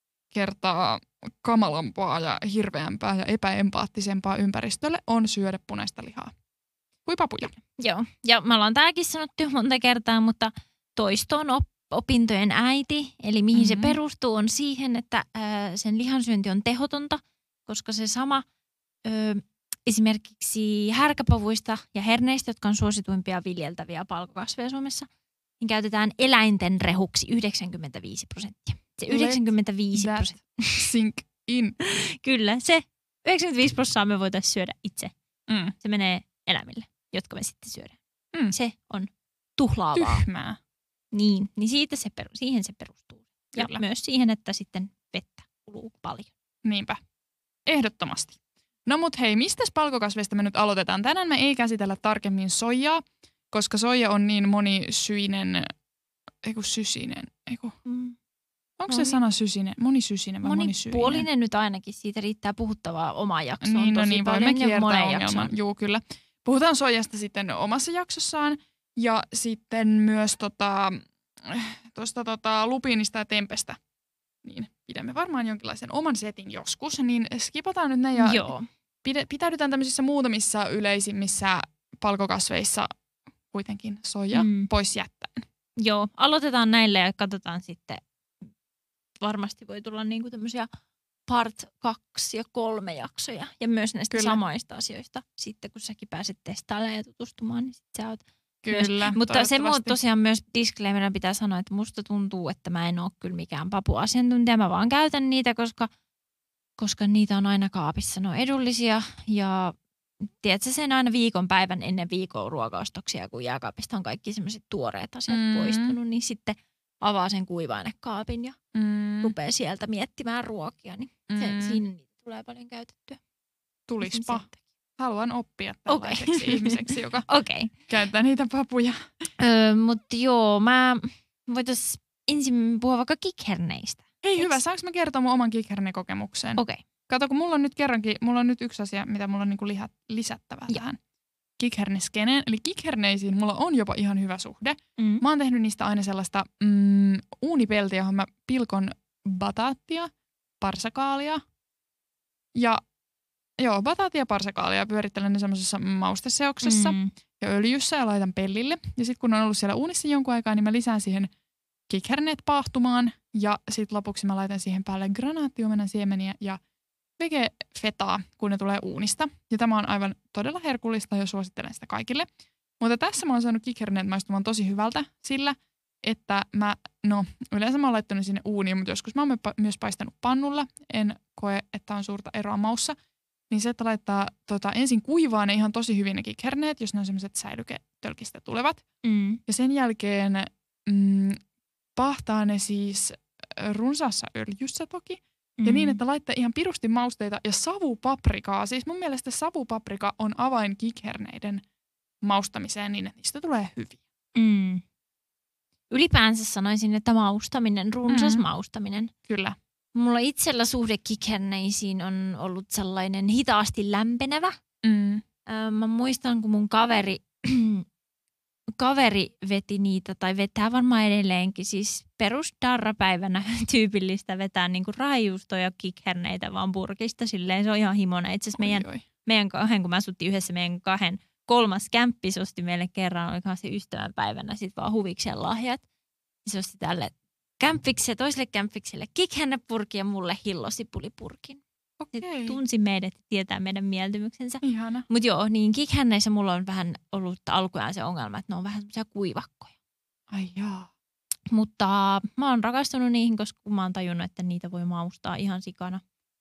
kertaa kamalampaa ja hirveämpää ja epäempaattisempaa ympäristölle on syödä punaista lihaa kuin papuja. Joo, ja me ollaan tämäkin sanottu jo monta kertaa, mutta toisto on op- opintojen äiti. Eli mihin mm-hmm. se perustuu on siihen, että ää, sen lihansyönti on tehotonta, koska se sama ö, esimerkiksi härkäpavuista ja herneistä, jotka on suosituimpia viljeltäviä palkokasveja Suomessa, niin käytetään eläinten rehuksi yhdeksänkymmentäviisi prosenttia. Se yhdeksänkymmentäviisi prosenttia. Sink in. Kyllä, se yhdeksänkymmentäviisi prosenttia me voitaisiin syödä itse. Mm. Se menee eläimille, jotka me sitten syödään. Mm. Se on tuhlaavaa. Tyhmää. Niin, niin siitä se peru, siihen se perustuu. Ja Kyllä. myös siihen, että sitten vettä kuluu paljon. Niinpä. Ehdottomasti. No mut hei, mistäs palkokasveista me nyt aloitetaan? Tänään me ei käsitellä tarkemmin soijaa, koska soija on niin monisyinen, eiku sysinen, eiku... Mm. Onko Moni... se sana sysinen? Monisysinen vai monisyinen? Monipuolinen nyt ainakin. Siitä riittää puhuttavaa omaa jaksoon. Niin, no tosi niin, voimme kiertää ongelman. Joo, kyllä. Puhutaan soijasta sitten omassa jaksossaan. Ja sitten myös tota, tosta, tota, lupiinista ja tempestä. Niin, pidämme varmaan jonkinlaisen oman setin joskus. Niin skipataan nyt ne ja Joo. Pide, pitäydytään tämmöisissä muutamissa yleisimmissä palkokasveissa kuitenkin soija mm. pois jättäen. Joo, aloitetaan näille ja katsotaan sitten. Varmasti voi tulla niinku tämmöisiä part kaksi ja kolme jaksoja. Ja myös näistä Kyllä. samoista asioista. Sitten kun säkin pääset testailemaan ja tutustumaan, niin sit sä oot Kyllä, myös. Mutta se tosiaan myös disclaimerina pitää sanoa, että musta tuntuu, että mä en ole kyllä mikään papuasiantuntija. Mä vaan käytän niitä, koska, koska niitä on aina kaapissa. Ne on edullisia ja tiedätkö sen aina viikon päivän ennen viikon ruokaostoksia, kun jääkaapista on kaikki sellaiset tuoreet asiat mm. poistunut, niin sitten avaa sen kuiva-ainekaapin ja mm. rupeaa sieltä miettimään ruokia, niin se, mm. siinä niitä tulee paljon käytettyä. Tulispa. Haluan oppia tällaiseksi okay. ihmiseksi, joka okay. käyttää niitä papuja. Öö, mutta joo, mä voitais ensin puhua vaikka kikherneistä. Hei Eks? Hyvä, saanko mä kertoa mun oman kikhernekokemuksen? Okei. Okay. Kato, kun mulla on nyt kerrankin, mulla on nyt yksi asia, mitä mulla on niinku lihat, lisättävä ja. tähän. kikherneskenen. Eli kikherneisiin mulla on jopa ihan hyvä suhde. Mm. Mä oon tehnyt niistä aina sellaista mm, uunipeltiä, johon mä pilkon bataattia, parsakaalia ja joo, bataattia ja parsakaalia. Pyörittelen ne semmoisessa mausteseoksessa mm. ja öljyssä ja laitan pellille. Ja sitten kun on ollut siellä uunissa jonkun aikaa, niin mä lisään siihen kikherneet paahtumaan. Ja sitten lopuksi mä laitan siihen päälle granaattiomenan siemeniä ja vegefetaa, kun ne tulee uunista. Ja tämä on aivan todella herkullista ja suosittelen sitä kaikille. Mutta tässä mä oon saanut kikherneet maistumaan tosi hyvältä sillä, että mä, no yleensä mä oon laittanut sinne uuniin, mutta joskus mä oon myös paistanut pannulla. En koe, että on suurta eroa maussa. Niin se, että laittaa tota, ensin kuivaa ne ihan tosi hyvin ne kikherneet, jos ne on semmoiset säilyketölkistä tulevat. Mm. Ja sen jälkeen mm, pahtaa ne siis runsaassa öljyssä toki. Ja mm. niin, että laittaa ihan pirusti mausteita ja savupaprikaa. Siis mun mielestä savupaprika on avain kikherneiden maustamiseen niin, että niistä tulee hyviä. Mm. Ylipäänsä sanoisin, että maustaminen, runsas mm. maustaminen. Kyllä. Mulla itsellä suhde kikherneisiin on ollut sellainen hitaasti lämpenevä. Mm. Öö, mä muistan, kun mun kaveri, kaveri veti niitä, tai vetää varmaan edelleenkin, siis perusdarrapäivänä tyypillistä vetää niinku raajuustoja kikherneitä vaan purkista. Silleen se on ihan himona. Itse asiassa meidän, meidän kahden, kun mä asuttiin yhdessä, meidän kahden kolmas kämppis osti meille kerran, olikohan se ystävänpäivänä, sitten vaan huvikseen lahjat. Se osti tälle kämppikselle, toiselle kämppikselle kikhernepurkin ja mulle hillosipulipurkin. Okei. Tunsi meidät ja tietää meidän mieltymyksensä. Ihana. Mutta joo, niin kikherneissä mulla on vähän ollut alkujaan se ongelma, että ne on vähän semmoisia kuivakkoja. Ai jaa. Mutta mä oon rakastunut niihin, koska mä oon tajunnut, että niitä voi maustaa ihan sikana.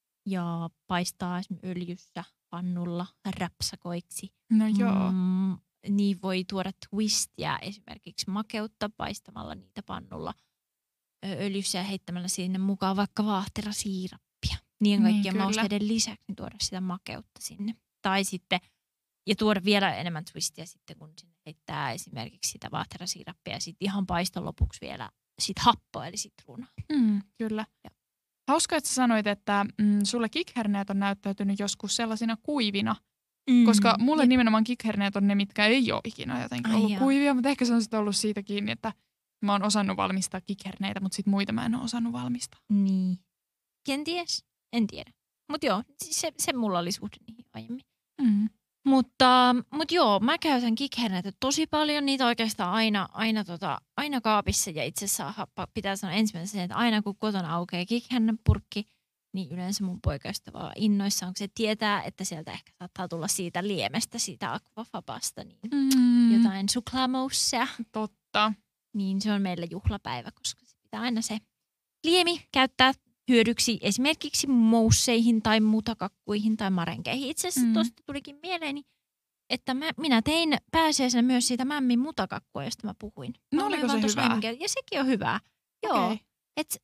Ja paistaa esimerkiksi öljyssä, pannulla, räpsakoiksi. No joo. Mm, niin voi tuoda twistiä, esimerkiksi makeutta paistamalla niitä pannulla öljyssä ja heittämällä sinne mukaan vaikka vaahterasiirappia. Niin kaikkien niin, mausteiden lisäksi niin tuoda sitä makeutta sinne. Tai sitten, ja tuoda vielä enemmän twistiä sitten, kun sinne heittää esimerkiksi sitä vaahterasiirappia ja sitten ihan paiston lopuksi vielä sit happoa eli sitruunaa. Mm, kyllä. Ja. Hauska, että sä sanoit, että mm, sulle kikherneet on näyttäytynyt joskus sellaisina kuivina, mm. koska mulle ja. nimenomaan kikherneet on ne, mitkä ei ole ikinä jotenkin Ai ollut jaa. kuivia, mutta ehkä se on sitten ollut siitä kiinni, että mä oon osannut valmistaa kikherneitä, mutta sitten muita mä en ole osannut valmistaa. Niin. Kenties? En tiedä. Mutta joo, se, se mulla oli suhde niihin aiemmin. Mm. Mutta, mutta joo, mä käytän kikherneitä tosi paljon. Niitä oikeastaan aina, aina, tota, aina kaapissa. Ja itse asiassa pitää sanoa ensimmäisenä, että aina kun kotona aukeaa kikhernepurkki, niin yleensä mun poikaystävä on innoissaan, kun se tietää, että sieltä ehkä saattaa tulla siitä liemestä, siitä aquafabasta, niin mm. jotain suklaamousseja. Totta. Niin se on meille juhlapäivä, koska se pitää aina se liemi käyttää hyödyksi esimerkiksi mousseihin tai mutakakkuihin tai marenkeihin. Itse asiassa mm. tuosta tulikin mieleeni, että mä, minä tein pääsiäisenä myös siitä mämmin mutakakkua, josta mä puhuin. Mä no oliko se hyvää? Ja sekin on hyvää. Joo. Okay. Et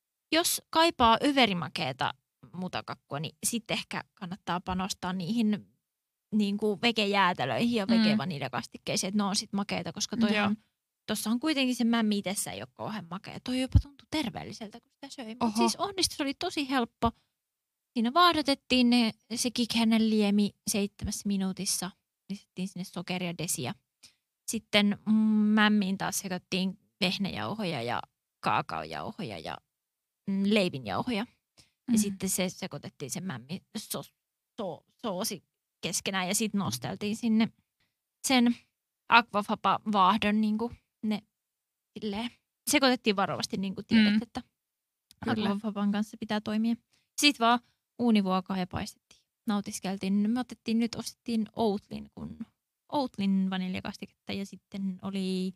jos kaipaa överimakeeta mutakakkua, niin sitten ehkä kannattaa panostaa niihin niin kuin vegejäätelöihin ja vegevaniljakastikkeisiin, että ne on sitten makeita, koska toihan tuossa on kuitenkin se mämmi itsessä ei ole kauhean makea. Toi jopa tuntui terveelliseltä, kun sitä söi. Mutta siis onnistus oli tosi helppo. Siinä vaahdotettiin ne, se kikhernen liemi seitsemässä minuutissa. Lisättiin sinne sokeria, desia. Sitten mämmiin taas sekoittiin vehnäjauhoja ja kaakaojauhoja ja leivinjauhoja. Mm. Ja sitten se sekoitettiin se mämmi so, so, soosi keskenään ja sitten nosteltiin sinne sen aquafaba-vaahdon niin kuin ne silleen. Sekoitettiin varovasti, niin kuin tiedät, mm. että aquafaban kanssa pitää toimia. Sitten vaan uunivuokaa ja paistettiin. Nautiskeltiin. Me otettiin nyt, ostettiin Oatlin, kun Oatlin vaniljakastiketta ja sitten oli,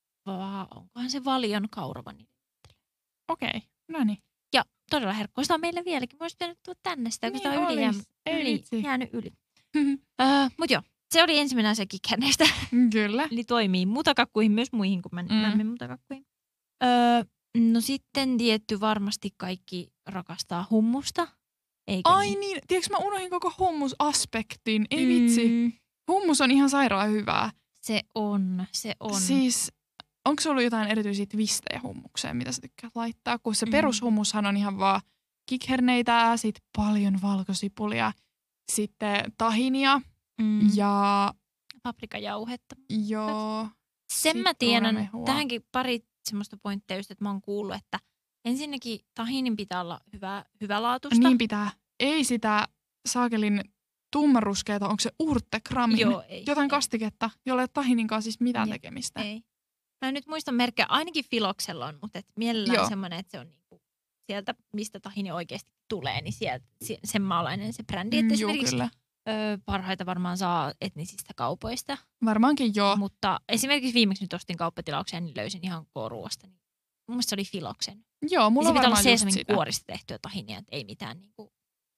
va, onkohan se Valion kauravaniljakastiketta. Okei, okay. No niin. Ja todella herkkua. Sitä on meillä vieläkin. Mä olisin pitänyt tuoda tänne sitä, kun niin sitä on yli, jää, yli jäänyt yli. uh, Mutta joo. Se oli ensimmäinen asia kikherneistä. Kyllä. Eli toimii mutakakkuihin, myös muihin kuin mä mämmin mm. mutakakkuihin. Öö, no sitten tietty varmasti kaikki rakastaa hummusta. Eikö Ai niin? niin, tiedätkö mä unohdin koko hummusaspektin. Ei mm. vitsi. Hummus on ihan sairaan hyvää. Se on, se on. Siis onko se ollut jotain erityisiä twistejä hummukseen, mitä sä tykkäät laittaa? Kun se mm. perushummushan on ihan vaan kikherneitä, sit paljon valkosipulia, sitten tahinia. Mm. Ja paprikajauhetta. Joo. Sen mä tiedän, tähänkin pari semmoista pointtia just, että mä oon kuullut, että ensinnäkin tahinin pitää olla hyvä, hyvälaatuista. Niin pitää. Ei sitä saakelin tummanruskeata, onko se urtekramin, Joo, ei, jotain ei. kastiketta, jolle ei tahinin kanssa siis mitään Jep, tekemistä. Ei. Mä en nyt muista merkkejä, ainakin Filoksella on, mutta et mielellään Joo. semmoinen, että se on niinku sieltä, mistä tahini oikeasti tulee, niin sieltä sen maalainen se brändi. Että Mm, joo, esimerkiksi kyllä. ö, parhaita varmaan saa etnisistä kaupoista. Varmaankin joo. Mutta esimerkiksi viimeksi nyt ostin kauppatilauksia, niin löysin ihan K-ruoasta. Niin mun mielestä se oli Filoksen. Joo, mulla ja on se pitää olla varmaan just seesamin sitä. kuorista tehtyä tahinia, että ei mitään niinku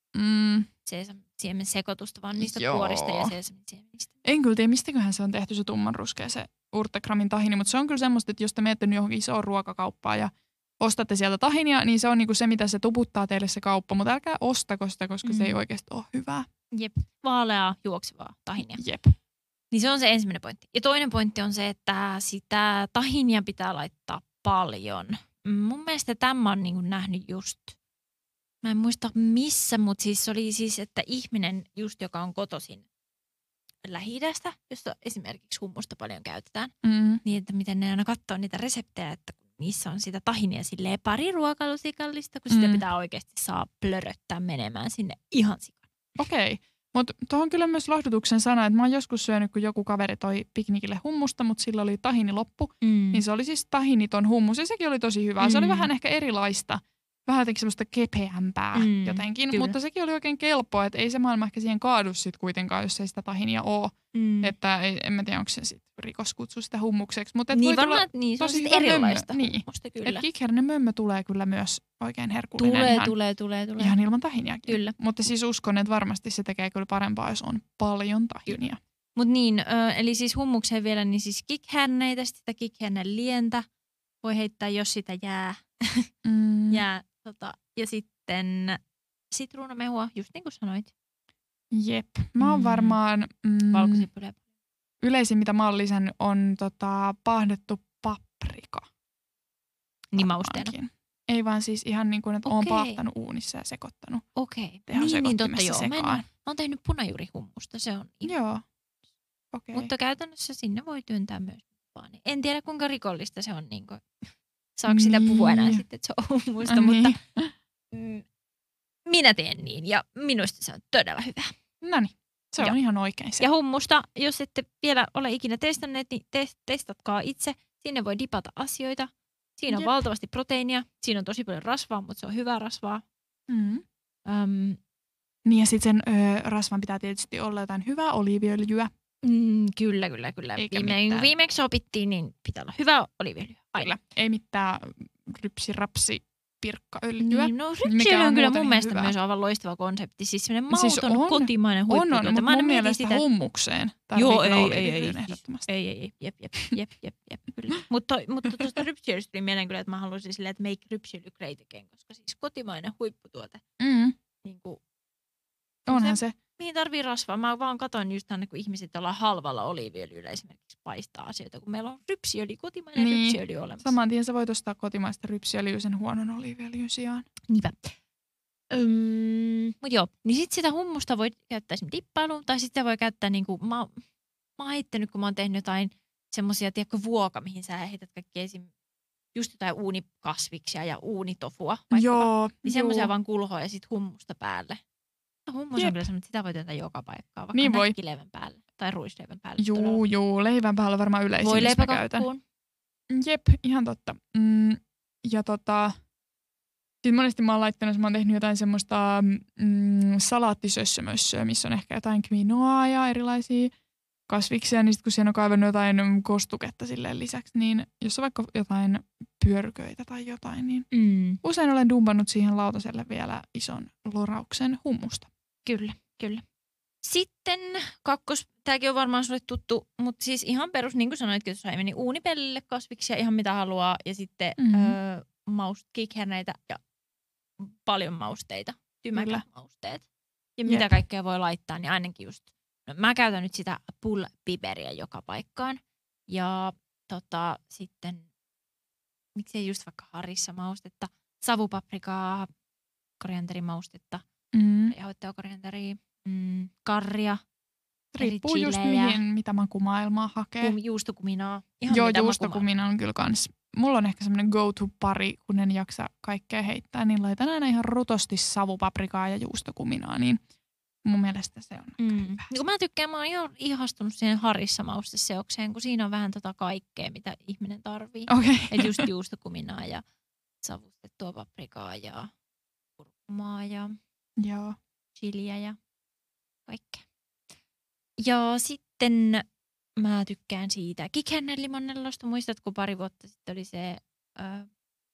Mm, seesamin sekoitusta, vaan niistä Joo. kuorista ja seesamin siemenistä. en kyllä tiedä, mistäköhän se on tehty se tummanruskea, se urtekramin tahini, mutta se on kyllä semmoista, että jos te menette nyt johonkin isoon ruokakauppaan ja ostatte sieltä tahinia, niin se on niinku se, mitä se tuputtaa teille se kauppa, mutta älkää ostako sitä, koska mm. se ei oikeasti ole hyvää. Jep, vaaleaa juoksevaa tahinia. Jep. Niin se on se ensimmäinen pointti. Ja toinen pointti on se, että sitä tahinia pitää laittaa paljon. Mun mielestä tämä on niin kuin nähnyt just, mä en muista missä, mutta siis se oli siis, että ihminen just, joka on kotoisin Lähi-idästä, josta esimerkiksi hummusta paljon käytetään, Mm. niin että miten ne aina katsoo niitä reseptejä, että niissä on sitä tahinia silleen pari ruokalusikallista, kun sitä Mm. pitää oikeasti saa plöröttää menemään sinne ihan sikana. Okei, mutta tuohon kyllä myös lohdutuksen sana, että mä oon joskus syönyt, kun joku kaveri toi piknikille hummusta, mutta sillä oli tahini loppu, Mm. niin se oli siis tahiniton hummus ja sekin oli tosi hyvää. Se oli Mm. vähän ehkä erilaista, vähän jotenkin semmoista kepeämpää Mm, jotenkin, kyllä. mutta sekin oli oikein kelpoa, että ei se maailma ehkä siihen kaadu sit kuitenkaan, jos ei sitä tahinia ole. Mm. Että ei, en mä tiedä, onko se sit rikos kutsua sitä hummukseksi, mutta et Niin voi tulla varmaan, niin se on tosi sit hyvä erilaista mömmö. Niin. hummusta, kyllä. että kikhernen mömmö tulee kyllä myös oikein herkullinen. Tulee, ihan, tulee, tulee, tulee. ihan ilman tahiniakin. Kyllä. Mutta siis uskon, että varmasti se tekee kyllä parempaa, jos on paljon tahinia. Mutta niin, ö, eli siis hummukseen vielä, niin siis kikhärneitä, sitä kikhernen lientä voi heittää, jos sitä jää. Mm. jää tota, ja sitten sitruunamehua, just niin kuin sanoit. Jep. Mä oon Mm. varmaan... Mm, Valkosippulia. yleisin, mitä mä oon lisännyt, on tota, pahdettu paprika. Niin mausteena. Varmaankin. Ei vaan siis ihan niin kuin, että oon Okei. paahtanut uunissa ja sekoittanut. Okei. Tehdään Niin, niin totta sekoittimessa joo. Mä, en, sekaan. mä oon tehnyt punajurihummusta, se on ihan. Joo. Okei. Mutta käytännössä sinne voi työntää myös vaan. En tiedä kuinka rikollista se on. Niin kuin, saako sitä Niin. puhua enää sitten, että se on hummusta, Äh, mutta niin. mm, minä teen niin ja minusta se on todella hyvä. Noniin. Se Joo. on ihan oikein se. Ja hummusta, jos ette vielä ole ikinä testanneet, niin te- testatkaa itse. Sinne voi dipata asioita. Siinä on Jep. valtavasti proteiinia. Siinä on tosi paljon rasvaa, mutta se on hyvää rasvaa. Mm. Öm, Niin ja sitten sen ö, rasvan pitää tietysti olla jotain hyvää oliiviöljyä. mm, kyllä, kyllä, kyllä. Eikä Viime, mitään. viimeksi opittiin, niin pitää olla hyvää oliiviöljyä. Kyllä. Ei mitään rypsi-rapsi pirkkaöljyä. Niin, no mikä rypsiöljy on on kyllä muuten mun ihan mielestä hyvä. myös aivan loistava konsepti. Siis semmoinen Siis mauton, on. kotimainen On, huipputuote. on, mutta Mä aina mun mietin mielestä sitä, että hummukseen Joo, tarvii ei, kyllä ei, ei, oliiviöljyn ei. ehdottomasti. Ei, ei, ei, jep, jep, jep, jep, jep, kyllä. Mutta mutta tuosta rypsiöljystä tuli mieleen kyllä, että mä haluaisin silleen, että make rypsiöljy great again, koska siis kotimainen huipputuote. Mm. Niin kuin, Onhan se. mihin tarvii rasvaa? Mä vaan katsoin just aina, kun ihmiset jollain halvalla oliiviöljyllä esimerkiksi paistaa asioita, kun meillä on rypsiöljy, kotimainen Niin. rypsiöljy olemassa. Saman tien sä voit ostaa kotimaista rypsiöljyä sen huonon oliiviöljyn sijaan. Niinpä. Öm, mut joo, niin sit sitä hummusta voi käyttää esimerkiksi dippailuun, tai sitten voi käyttää niinku, mä, mä oon heittänyt, kun mä oon tehnyt jotain semmosia, tiedätkö, vuoka, mihin sä heität kaikki esim. Just jotain uunikasviksia ja uunitofua. Vaikkapa. Joo. Niin semmoisia joo. vaan kulhoa ja sit hummusta päälle. Hummus Jep. on kyllä semmoinen, että sitä voi tehdä joka paikkaan, vaikka Niin voi. näkkileivän päälle tai ruisleivän päälle. Juu, juu. Leivän päällä varmaan yleisin, Voi mistä mä käytän. leipäkakkuun. Jep, ihan totta. Mm, ja tota, siis monesti mä oon laittanut, jos mä oon tehnyt jotain semmoista mm, salaattisössömössöä, missä on ehkä jotain quinoaa ja erilaisia kasviksia, niin sit kun siinä on kaivannut jotain kostuketta silleen lisäksi, niin jos on vaikka jotain pyörköitä tai jotain, niin Mm. usein olen dumpannut siihen lautaselle vielä ison lorauksen hummusta. Kyllä, kyllä. Sitten kakkos, tämäkin on varmaan sulle tuttu, mutta siis ihan perus, niin kuin sanoitkin tuossa aiemmin, niin uunipellille kasviksia ihan mitä haluaa ja sitten Mhm. öö, maust, kikherneitä ja paljon mausteita, tymäkät Kyllä. mausteet. Ja Jep. mitä kaikkea voi laittaa, niin ainakin just, no mä käytän nyt sitä pull-piperiä joka paikkaan ja tota sitten, miksei just vaikka harissa maustetta, savupaprikaa, korianterimaustetta, Mm. jauhettua korianteria, mm, karria, Riippuu just mihin, mitä makumaailmaa hakee. Juustokuminaa. Ihan Joo, juustokumina on kyllä kans. Mulla on ehkä semmoinen go-to-pari, kun en jaksa kaikkea heittää, niin laitan aina ihan rutosti savupaprikaa ja juustokuminaa, niin mun mielestä se on mm. hyvä. Niin mä tykkään, mä oon ihan ihastunut siihen Harissa mausteseokseen, kun siinä on vähän tota kaikkea, mitä ihminen tarvii. Okay. Että just juustokuminaa ja savustettua paprikaa ja kurkumaa ja Joo. chiliä ja kaikkea. Ja sitten mä tykkään siitä kikhernelimonellosta. Muistatko pari vuotta sitten oli se uh,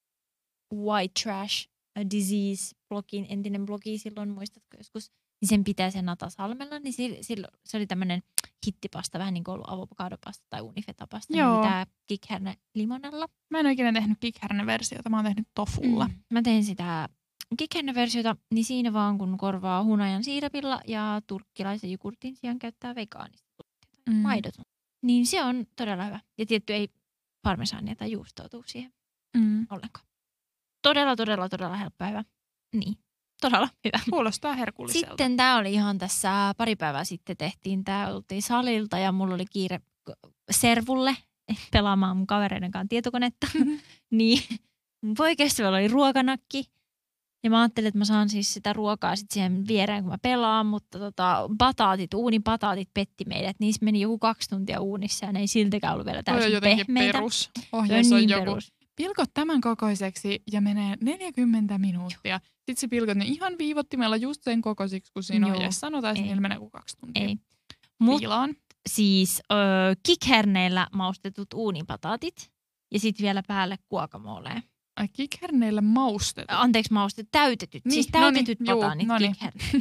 White Trash Disease-blogin, entinen blogi silloin, muistatko joskus? Niin sen pitää sen Nata Salmella, niin silloin, se oli tämmöinen hittipasta, vähän niin kuin ollut avokadopasta tai unifetapasta. Joo. Niin tämä kikherne-limonella. Mä en ole ikinä tehnyt kikherne-versiota, mä oon tehnyt tofulla. Mm. Mä tein sitä kikherne-versiota, niin siinä vaan kun korvaa hunajan siirapilla ja turkkilaisen jogurtin sijaan käyttää vegaanista mm. maidoton. Niin se on todella hyvä. Ja tietty ei parmesaania tai juustoa tuu siihen mm. ollenkaan. Todella, todella, todella helppo ja hyvä. Niin, todella hyvä. Kuulostaa herkulliselta. Sitten tää oli ihan tässä pari päivää sitten tehtiin. Tää oltiin salilta ja mulla oli kiire servulle pelaamaan mun kavereiden kanssa tietokonetta. Mm-hmm. Niin mun poikaystävällä oli ruokanakki. Ja mä ajattelin, että mä saan siis sitä ruokaa sit siihen viereen, kun mä pelaan, mutta tota, bataatit, uunipataatit petti meidät. Niissä meni joku kaksi tuntia uunissa ja ne ei siltikään ollut vielä täysin pehmeitä. On jotenkin perus. Ohjeessa on, niin joku. Perus. Pilkot tämän kokoiseksi ja menee neljäkymmentä minuuttia. Sitten se pilkot ne ihan viivottimella just sen kokoisiksi, kun siinä ohjeessa sanotaan, että niillä menee kuin kaksi tuntia. Ei. Mut Piilaan. Siis öö, kikherneillä maustetut uunipataatit ja sitten vielä päälle guacamoleen. Ai kikherneillä maustetut? Anteeksi, maustetut, täytetyt. Niin, siis täytetyt noniin, pataanit juu, kikherneillä.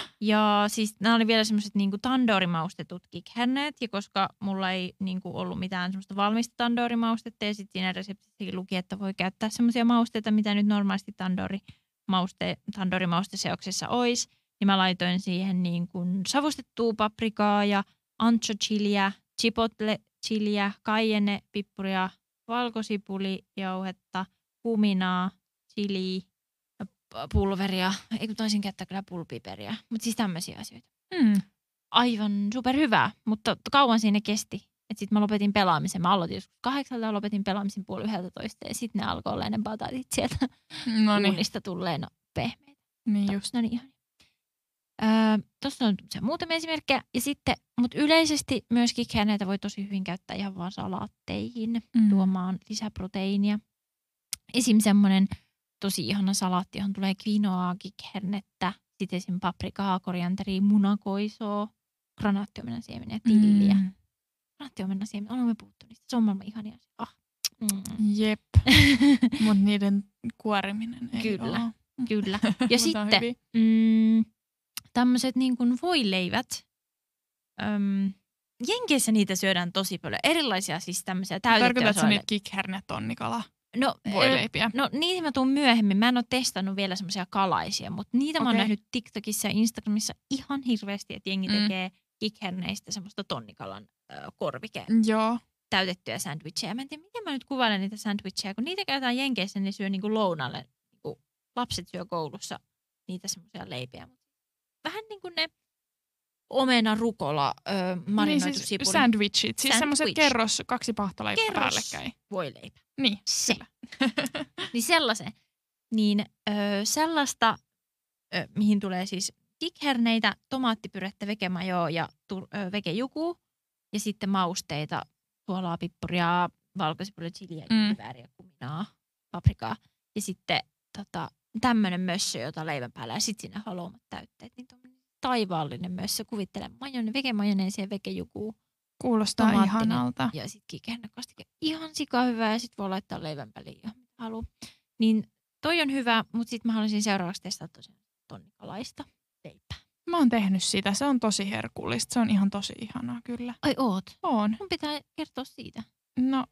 Ja siis nämä oli vielä semmoiset niinku tandoorimaustetut kikherneet. Ja koska mulla ei niinku ollut mitään semmoista valmista tandoorimaustetta ja sitten siinä reseptissäkin luki, että voi käyttää semmoisia mausteita, mitä nyt normaalisti tandoori-mauste, tandoori-mausteseoksessa olisi. Niin mä laitoin siihen niinku savustettua paprikaa ja ancho-chiliä, chipotle-chiliä, cayenne-pippuria, valkosipulijauhetta, kuminaa, chili, pulveria. Ei kun taisin käyttää kyllä pulpiperiä. Mutta siis tämmöisiä asioita. Mm. Aivan superhyvää, mutta kauan siinä kesti. Että sitten mä lopetin pelaamisen. Mä aloitin joskus kahdeksalta ja lopetin pelaamisen puoli yhdeltä toista. Ja sitten ne alkoi olla ne bataatit sieltä Noniin. uunista tulleena pehmeitä. Niin just. No niin ihan. Öö, Tuossa on muutamia esimerkkejä. Ja sitten, mutta yleisesti myös kikherneitä voi tosi hyvin käyttää ihan vaan salaatteihin mm. tuomaan lisäproteiinia. Esim. Semmoinen tosi ihana salaatti, johon tulee quinoaa, kikhernettä, sitten esim. Paprikaa, korianteria, munakoisoa, granaattiomenan siemeniä ja tilliä. Mm. Granaattiomenan siemeniä, olemme puhuttu niistä. Se on maailman ihania. Ah. Mm. Jep, mutta niiden kuoriminen ei Kyllä, ole. kyllä. Ja sitten mm, tämmöiset niin kuin voileivät. Öm, Jenkeissä niitä syödään tosi paljon. Erilaisia siis tämmöisiä täytettyjä. Tarkoitatko niitä kikherne-tonnikala? No, voileipiä. No niihin mä tuun myöhemmin. Mä en ole testannut vielä semmoisia kalaisia, mutta niitä okay. Mä oon nähnyt TikTokissa ja Instagramissa ihan hirveästi, että jengi mm. tekee kikherneistä semmoista tonnikalan äh, korvike. Joo. Täytettyjä sandwicheja. Mä en tiedä, miten mä nyt kuvailen niitä sandwicheja, kun niitä käytetään Jenkeissä, ne syö niinku lounalle. Niinku lapset syö koulussa niitä semmoisia leipiä. Vähän niin kuin ne omena, rukola, ö, marinoitu niin siis sipuli. Sandwichit, siis semmoiset kerros, kaksi pahtaleipää päällekkäin. Voileipä. Niin, se. Niin sellaisen. Niin ö, sellaista, ö, mihin tulee siis kikherneitä, tomaattipyrettä, vegemajoa ja tur, ö, vegejukua. Ja sitten mausteita, suolaa, pippuria, valkosipulia, chiliä, mm. kivääriä, kuminaa, paprikaa. Ja sitten tota, tämmöinen mössö, jota leivän päällä ja sitten sinne haluamat täytteet. Niin taivaallinen mössö. Kuvittelen majone, vegemajoneesia ja vegejukuu. Kuulostaa ihanalta. Ja sitten kikhernekastike. Ihan sika hyvää ja sitten voi laittaa leivän päälle ihan mitä haluaa. Niin toi on hyvä, mutta sitten mä haluaisin seuraavaksi testata tosiaan tonnikalaista leipää. Mä oon tehnyt sitä. Se on tosi herkullista. Se on ihan tosi ihanaa kyllä. Ai oot? Oon. Mun pitää kertoa siitä. No,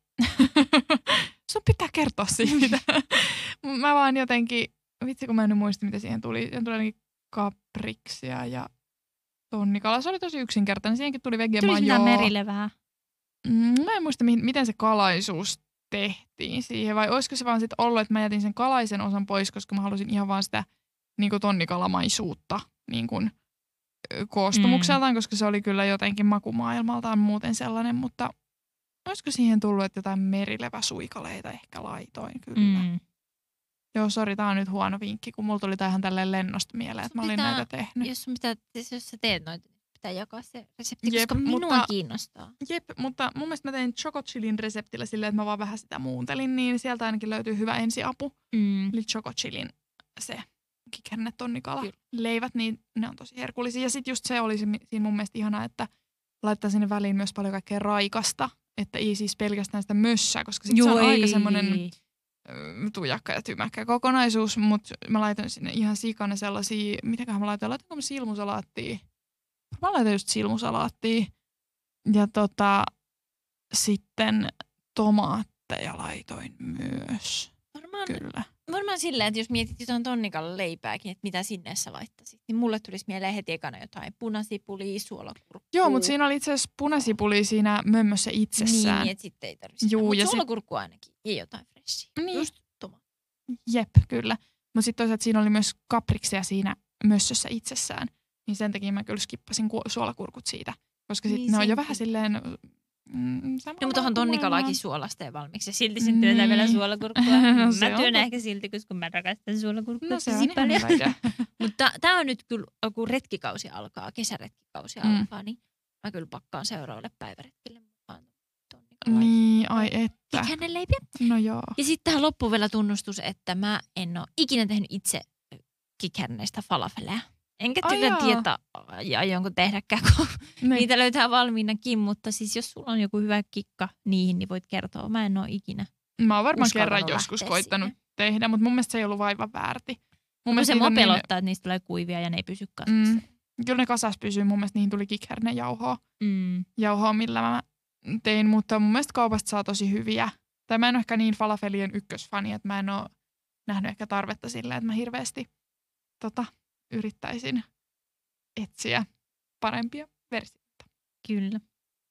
sun pitää kertoa siitä. Mä vaan jotenkin, vitsi kun mä en muista mitä siihen tuli. Siihen tuli jotenkin kapriksia ja tonnikala. Se oli tosi yksinkertainen. Siihenkin tuli vegemajoa. Tuli sitä merilevää. Mä en muista, miten se kalaisuus tehtiin siihen. Vai olisiko se vaan sitten ollut, että mä jätin sen kalaisen osan pois, koska mä halusin ihan vaan sitä niin kuin tonnikalamaisuutta niin kuin koostumukseltaan, mm. koska se oli kyllä jotenkin makumaailmaltaan muuten sellainen, mutta olisiko siihen tullut, että jotain merileväsuikaleita ehkä laitoin kyllä. Mm. Joo, sori, tää on nyt huono vinkki, kun mulla tuli tää ihan tälleen lennosta mieleen, että mä olin pitää, näitä tehnyt. Jos, pitää, jos sä teet noita, pitää jakaa se resepti, jep, koska minua mutta, kiinnostaa. Jep, mutta mun mielestä mä tein choco chilin reseptillä silleen, että mä vaan vähän sitä muuntelin, niin sieltä ainakin löytyy hyvä ensiapu. Mm. Eli choco chilin se kikhernet tonnikala leivät, niin ne on tosi herkullisia. Ja sitten just se oli se, siinä mun mielestä ihanaa, että laittaa sinne väliin myös paljon kaikkea raikasta, että ei siis pelkästään sitä mössää, koska sitten se on aika semmoinen tujakka ja tymäkkä kokonaisuus, mutta mä laitan sinne ihan sikana sellaisia, mitäköhän mä laitan, laitanko mä silmusalaattia? Mä laitan just silmusalaattia ja tota, sitten tomaatteja laitoin myös. Varmaan, kyllä. Varmaan silleen, että jos mietit jotain tonnikalan leipääkin, että mitä sinne sä laittaisit, niin mulle tulisi mieleen heti ekana jotain punasipulia, suolakurkkua. Joo, mutta siinä oli itse asiassa punasipulia siinä mömmössä itsessään. Niin, että sitten ei tarvitse. Mutta suolakurkkua ainakin ja jotain freshia. Niin. Just toma. Jep, kyllä. Mutta sitten toisaalta siinä oli myös kaprikseja siinä mössössä itsessään. Niin sen takia mä kyllä skippasin suolakurkut siitä. Koska sitten niin ne on jo vähän silleen Mm, no, mutta onhan tonnikalaakin suolasta ja valmiiksi. Ja silti sen työtään vielä suolakurkkua. no, mä työn ehkä silti, koska mä rakastan suolakurkkua. No se on ihan hyvä idea. Mutta tää on nyt kyllä, kun retkikausi alkaa, kesäretkikausi mm. alkaa, niin mä kyllä pakkaan seuraavalle päiväretkille mukaan tonnikalaa. Niin, ai että. Kikhernen leipiä. No joo. Ja sitten tähän loppuun vielä tunnustus, että mä en ole ikinä tehnyt itse kikherneistä falafeleja. Enkä tätä tietoa ja aionko tehdäkään, kun ne. niitä löytää valmiinakin, mutta siis jos sulla on joku hyvä kikka niihin, niin voit kertoa. Mä en ole ikinä Mä oon varmaan kerran joskus koittanut siihen. tehdä, mutta mun mielestä se ei ollut vaivan väärti. Mun no, se mua pelottaa, niin... että niistä tulee kuivia ja ne ei pysy kasassa. Mm. Kyllä ne kasassa pysyy. Mun mielestä niihin tuli kikherne jauhoa, mm. jauhoa, millä mä tein, mutta mun mielestä kaupasta saa tosi hyviä. Tai mä en ole ehkä niin falafelien ykkösfani, että mä en ole nähnyt ehkä tarvetta sillä, että mä hirveästi tota... yrittäisin etsiä parempia versioita. Kyllä.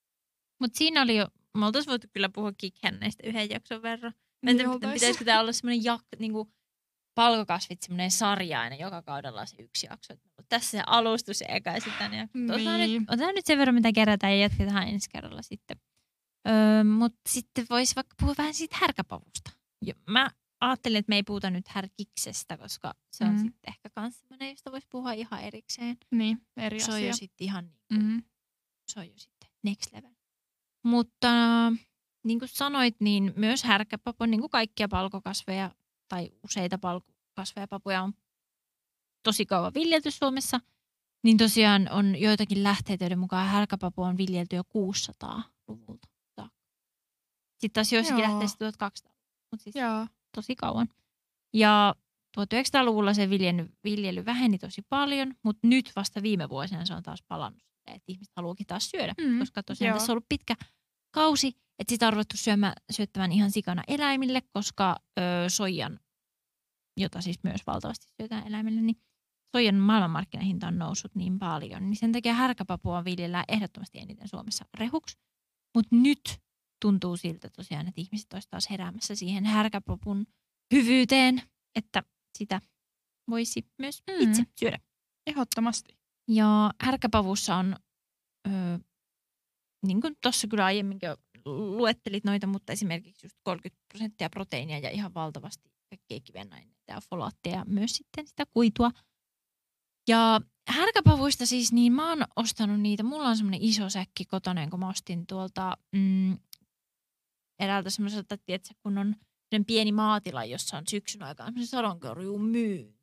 Mutta siinä oli jo, me oltaisiin voitu kyllä puhua kikherneistä yhden jakson verran. Mä en tiedä, pitäisikö tämä olla semmoinen jak- niinku palkokasvit, semmoinen sarja aina joka kaudella se yksi jakso. Tässä se alustus eka ja sitten ja niin. otetaan, nyt, otetaan nyt sen verran, mitä kerätään ja jatketaan ensi kerralla sitten. Öö, Mutta sitten voisi vaikka puhua vähän siitä härkäpavusta. Jo, mä ajattelin, että me ei puhuta nyt härkiksestä, koska se on mm. sitten ehkä myös sellainen, josta voisi puhua ihan erikseen. Niin, eri se asia. Se on jo sitten ihan niin kuin, mm. se on jo sitten next level. Mutta niin kuin sanoit, niin myös härkäpapu, niin kuin kaikkia palkokasveja tai useita palkokasveja papuja on tosi kauan viljelty Suomessa, niin tosiaan on joitakin lähteitä, joiden mukaan härkäpapu on viljelty jo kuusisataaluvulta saakka. Sitten taas joissakin lähteissä tuhatkaksisataa, mutta siis Joo. tosi kauan. Ja tuhatyhdeksänsataaluvulla se viljely, viljely väheni tosi paljon, mutta nyt vasta viime vuosina se on taas palannut, että ihmiset haluakin taas syödä, mm, koska tosiaan joo. tässä on ollut pitkä kausi, että sitä on ruvettu syömään, syöttämään ihan sikana eläimille, koska ö, soijan, jota siis myös valtavasti syötään eläimille, niin soijan maailmanmarkkinahinta on noussut niin paljon, niin sen takia härkäpapua viljellään ehdottomasti eniten Suomessa rehuksi. Mutta nyt tuntuu siltä tosiaan, että ihmiset olisivat taas heräämässä siihen härkäpapun hyvyyteen, että sitä voisi myös mm. itse syödä. Ehdottomasti. Ja härkäpavussa on, öö, niin kuin tuossa kyllä aiemminkin luettelit noita, mutta esimerkiksi just kolmekymmentä prosenttia proteiinia ja ihan valtavasti kaikkea kivennaineita ja folaattia ja myös sitten sitä kuitua. Ja härkäpavuista siis, niin mä oon ostanut niitä. Mulla on semmoinen iso säkki kotoneen, kun mä ostin tuolta mm, eräältä semmoiselta, tiedätkö, kun on pieni maatila, jossa on syksyn aikaan semmoinen sadonkorjuun myynti.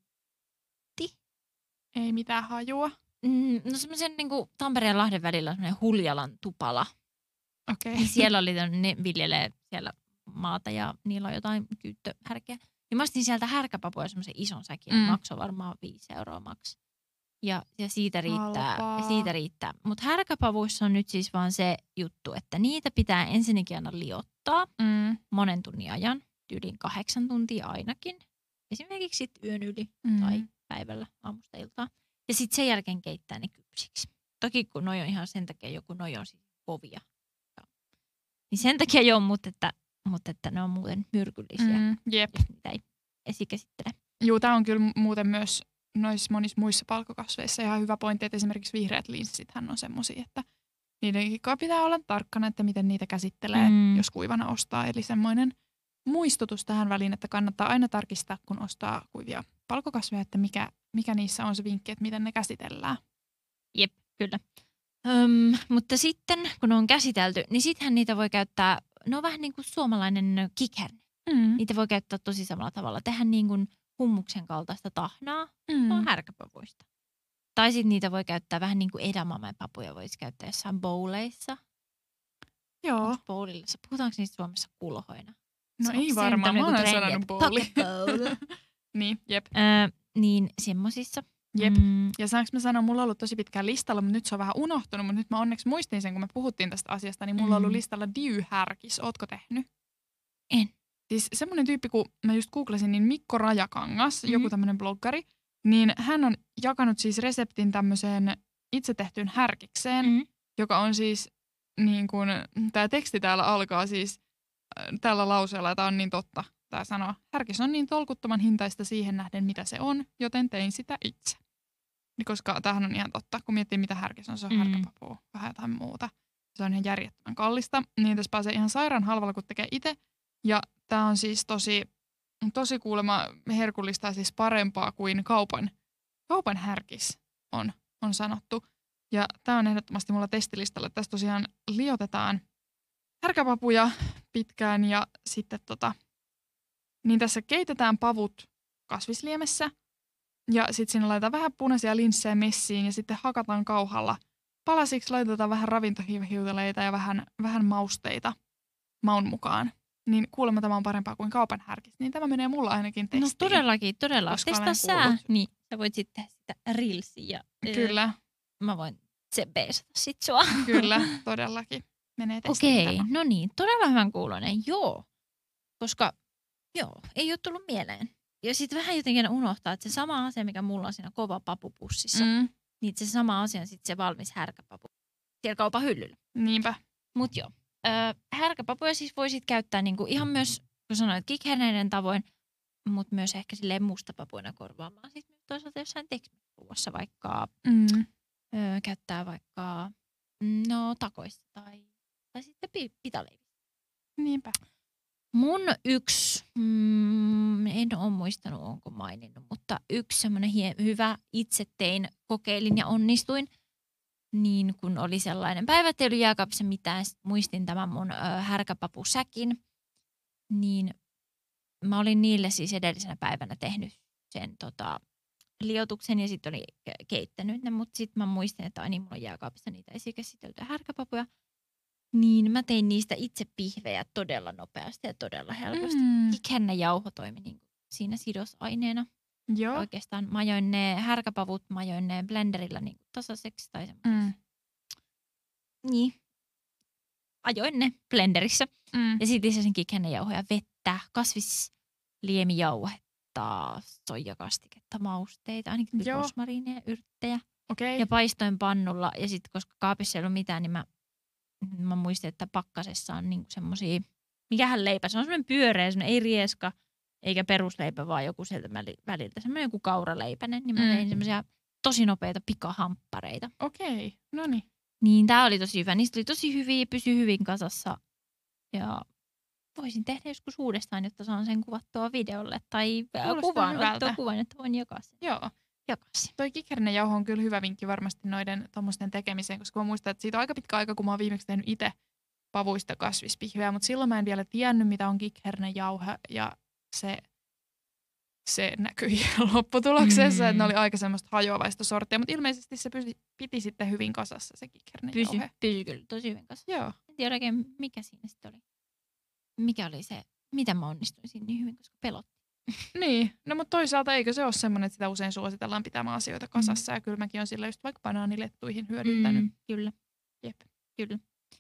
Ei mitään hajua. Mm, no semmoisen niin kuin Tampereen ja Lahden välillä on semmoinen Huljalan tupala. Okei. Okay. Siellä oli, ne viljelee siellä maata ja niillä on jotain kyyttöhärkeä. Ja mä ostin sieltä härkäpapua semmoisen ison säkin. Mm. Maksoi varmaan viisi euroa maks. Ja, ja siitä riittää. Ja siitä riittää. Mutta härkäpavuissa on nyt siis vaan se juttu, että niitä pitää ensinnäkin aina liottaa mm. monen tunnin ajan. Yli kahdeksan tuntia ainakin. Esimerkiksi sit yön yli mm. tai päivällä aamusta iltaa. Ja sitten sen jälkeen keittää ne kypsiksi. Toki kun noi on ihan sen takia joku, noi on siis kovia. Ja, niin sen takia joo, mutta että, mutta että ne on muuten myrkyllisiä, mm, jep. jos niitä ei esikäsittele. Joo, tää on kyllä muuten myös noissa monissa muissa palkokasveissa ihan hyvä pointti, että esimerkiksi vihreät linssithän on semmoisia, että niiden pitää olla tarkkana, että miten niitä käsittelee, mm. jos kuivana ostaa. Eli semmoinen muistutus tähän väliin, että kannattaa aina tarkistaa, kun ostaa kuivia palkokasveja, että mikä, mikä niissä on se vinkki, että miten ne käsitellään. Jep, kyllä. Öm, mutta sitten, kun on käsitelty, niin sittenhän niitä voi käyttää, no vähän niin kuin suomalainen kikherne. Mm. Niitä voi käyttää tosi samalla tavalla. Tehdään niin kuin hummuksen kaltaista tahnaa, mm. no härkäpapuista. Tai sitten niitä voi käyttää vähän niin kuin edamame-papuja voisi käyttää jossain bowleissa. Joo. Bowlilla. Puhutaanko niistä Suomessa kulhoina? No se ei varmaan, mä olen sanonut bowli. Niin, jep. Öö, niin semmosissa. Jep. Mm. Ja saanko mä sanoa, mulla on ollut tosi pitkään listalla, mutta nyt se on vähän unohtunut, mutta nyt mä onneksi muistin sen, kun me puhuttiin tästä asiasta, niin mulla mm. on ollut listalla diy-härkis. Ootko tehnyt? En. Siis semmoinen tyyppi, kun mä just googlasin, niin Mikko Rajakangas, mm-hmm. joku tämmöinen bloggari, niin hän on jakanut siis reseptin tämmöiseen itse tehtyyn härkikseen, mm-hmm. joka on siis niin kuin, tää teksti täällä alkaa siis äh, tällä lauseella, että on niin totta. Tää sanoo, härkis on niin tolkuttoman hintaista siihen nähden, mitä se on, joten tein sitä itse. Niin koska tämähän on ihan totta, kun miettii, mitä härkis on, se on mm-hmm. härkäpapua, vähän jotain muuta. Se on ihan järjettömän kallista, niin tässä pääsee ihan sairaan halvalla, kun tekee itse. Ja tämä on siis tosi, tosi kuulemma herkullista ja siis parempaa kuin kaupan, kaupan härkis on, on sanottu. Ja tämä on ehdottomasti mulla testilistalla. Tässä tosiaan liotetaan härkäpapuja pitkään ja sitten tota, niin tässä keitetään pavut kasvisliemessä ja sitten sinne laitetaan vähän punaisia linssejä messiin ja sitten hakataan kauhalla. Palasiksi laitetaan vähän ravintohiutaleita ja vähän, vähän mausteita maun mukaan. Niin kuulemma tämä on parempaa kuin kaupan härkis. Niin tämä menee mulla ainakin testiin. No todellakin, todella. Testaa sä. Niin, sä voit sitten tehdä sitä rilsiä. Kyllä. Mä voin se beesata sit sua. Kyllä, todellakin. Menee testiin. Okei, okay, no niin. Todella hyvän kuuloinen. Joo. Koska, joo, ei ole tullut mieleen. Ja sitten vähän jotenkin unohtaa, että se sama asia, mikä mulla on siinä kova papupussissa, mm. niin se sama asia on sitten se valmis härkäpapu siellä kaupan hyllyllä. Niinpä. Mut joo. Öö, härkäpapuja siis voisit käyttää niinku ihan myös, kun sanoit, kikherneiden tavoin, mutta myös ehkä silleen mustapapuina korvaamaan. Sitten toisaalta jossain teksmiruuassa vaikka mm. öö, käyttää vaikka no takoissa tai, tai sitten pitaleivissä. Niinpä. Mun yksi, mm, en ole muistanut, onko maininnut, mutta yksi semmoinen hie- hyvä itse tein, kokeilin ja onnistuin. Niin kun oli sellainen päivä, ettei ollut jääkaapissa mitään, muistin tämän mun ö, härkäpapusäkin, niin mä olin niille siis edellisenä päivänä tehnyt sen tota, liotuksen ja sitten oli keittänyt ne, mutta sitten mä muistin, että aina mulla on jääkaapissa niitä esikäsiteltyjä härkäpapuja, niin mä tein niistä itse pihvejä todella nopeasti ja todella helposti. Mm. Kikhernejauho toimi niin siinä sidosaineena. Joo. Oikeastaan majoin ne härkäpavut, majoin ne blenderillä niin tasaiseksi tai semmoisessa. Mm. Niin. Ajoin ne blenderissä. Mm. Ja sitten lisäsin kikhernejauhoja, vettä, kasvisliemijauhetta, soijakastiketta, mausteita, ainakin rosmariineja, yrttejä. Okay. Ja paistoin pannulla. Ja sitten koska kaapissa ei ollut mitään, niin mä, mä muistin, että pakkasessa on niinku semmosia, mikähän leipä, se on semmoinen pyöreä, semmoinen ei rieska. Eikä perusleipä, vaan joku sieltä väliltä. Semmoinen joku kauraleipäinen, niin mä mm. tein semmoisia tosi nopeita pikahamppareita. Okei, okay. No niin. Niin, tää oli tosi hyvä. Niistä oli tosi hyviä, pysyi hyvin kasassa. Ja voisin tehdä joskus uudestaan, jotta saan sen kuvattua videolle. Tai kuvan, ottaa kuvan, että voin jakaa sen. Joo. Jakaa sen. Toi kikhernejauho on kyllä hyvä vinkki varmasti noiden tommosten tekemiseen, koska mä muistan, että siitä on aika pitkä aika, kun mä oon viimeksi tehnyt itse pavuista kasvispihveä, mutta silloin mä en vielä tiennyt, mitä on kikhernejauho ja se, se näkyi lopputuloksessa, mm. että ne oli aika semmoista hajoavaista sorttia, mutta ilmeisesti se piti, piti sitten hyvin kasassa se kikhernejauhe. Pysy, pysy kyllä tosi hyvin kasassa. Joo. En tiedä oikein, mikä siinä sitten oli. Mikä oli se, mitä mä onnistuin siinä niin hyvin, koska pelotti. Niin, no mutta toisaalta eikö se ole semmoinen, että sitä usein suositellaan pitämään asioita kasassa mm. ja kyllä mäkin olen sillä just vaikka banaanilettuihin hyödyntänyt. Mm, kyllä. Jep. Kyllä.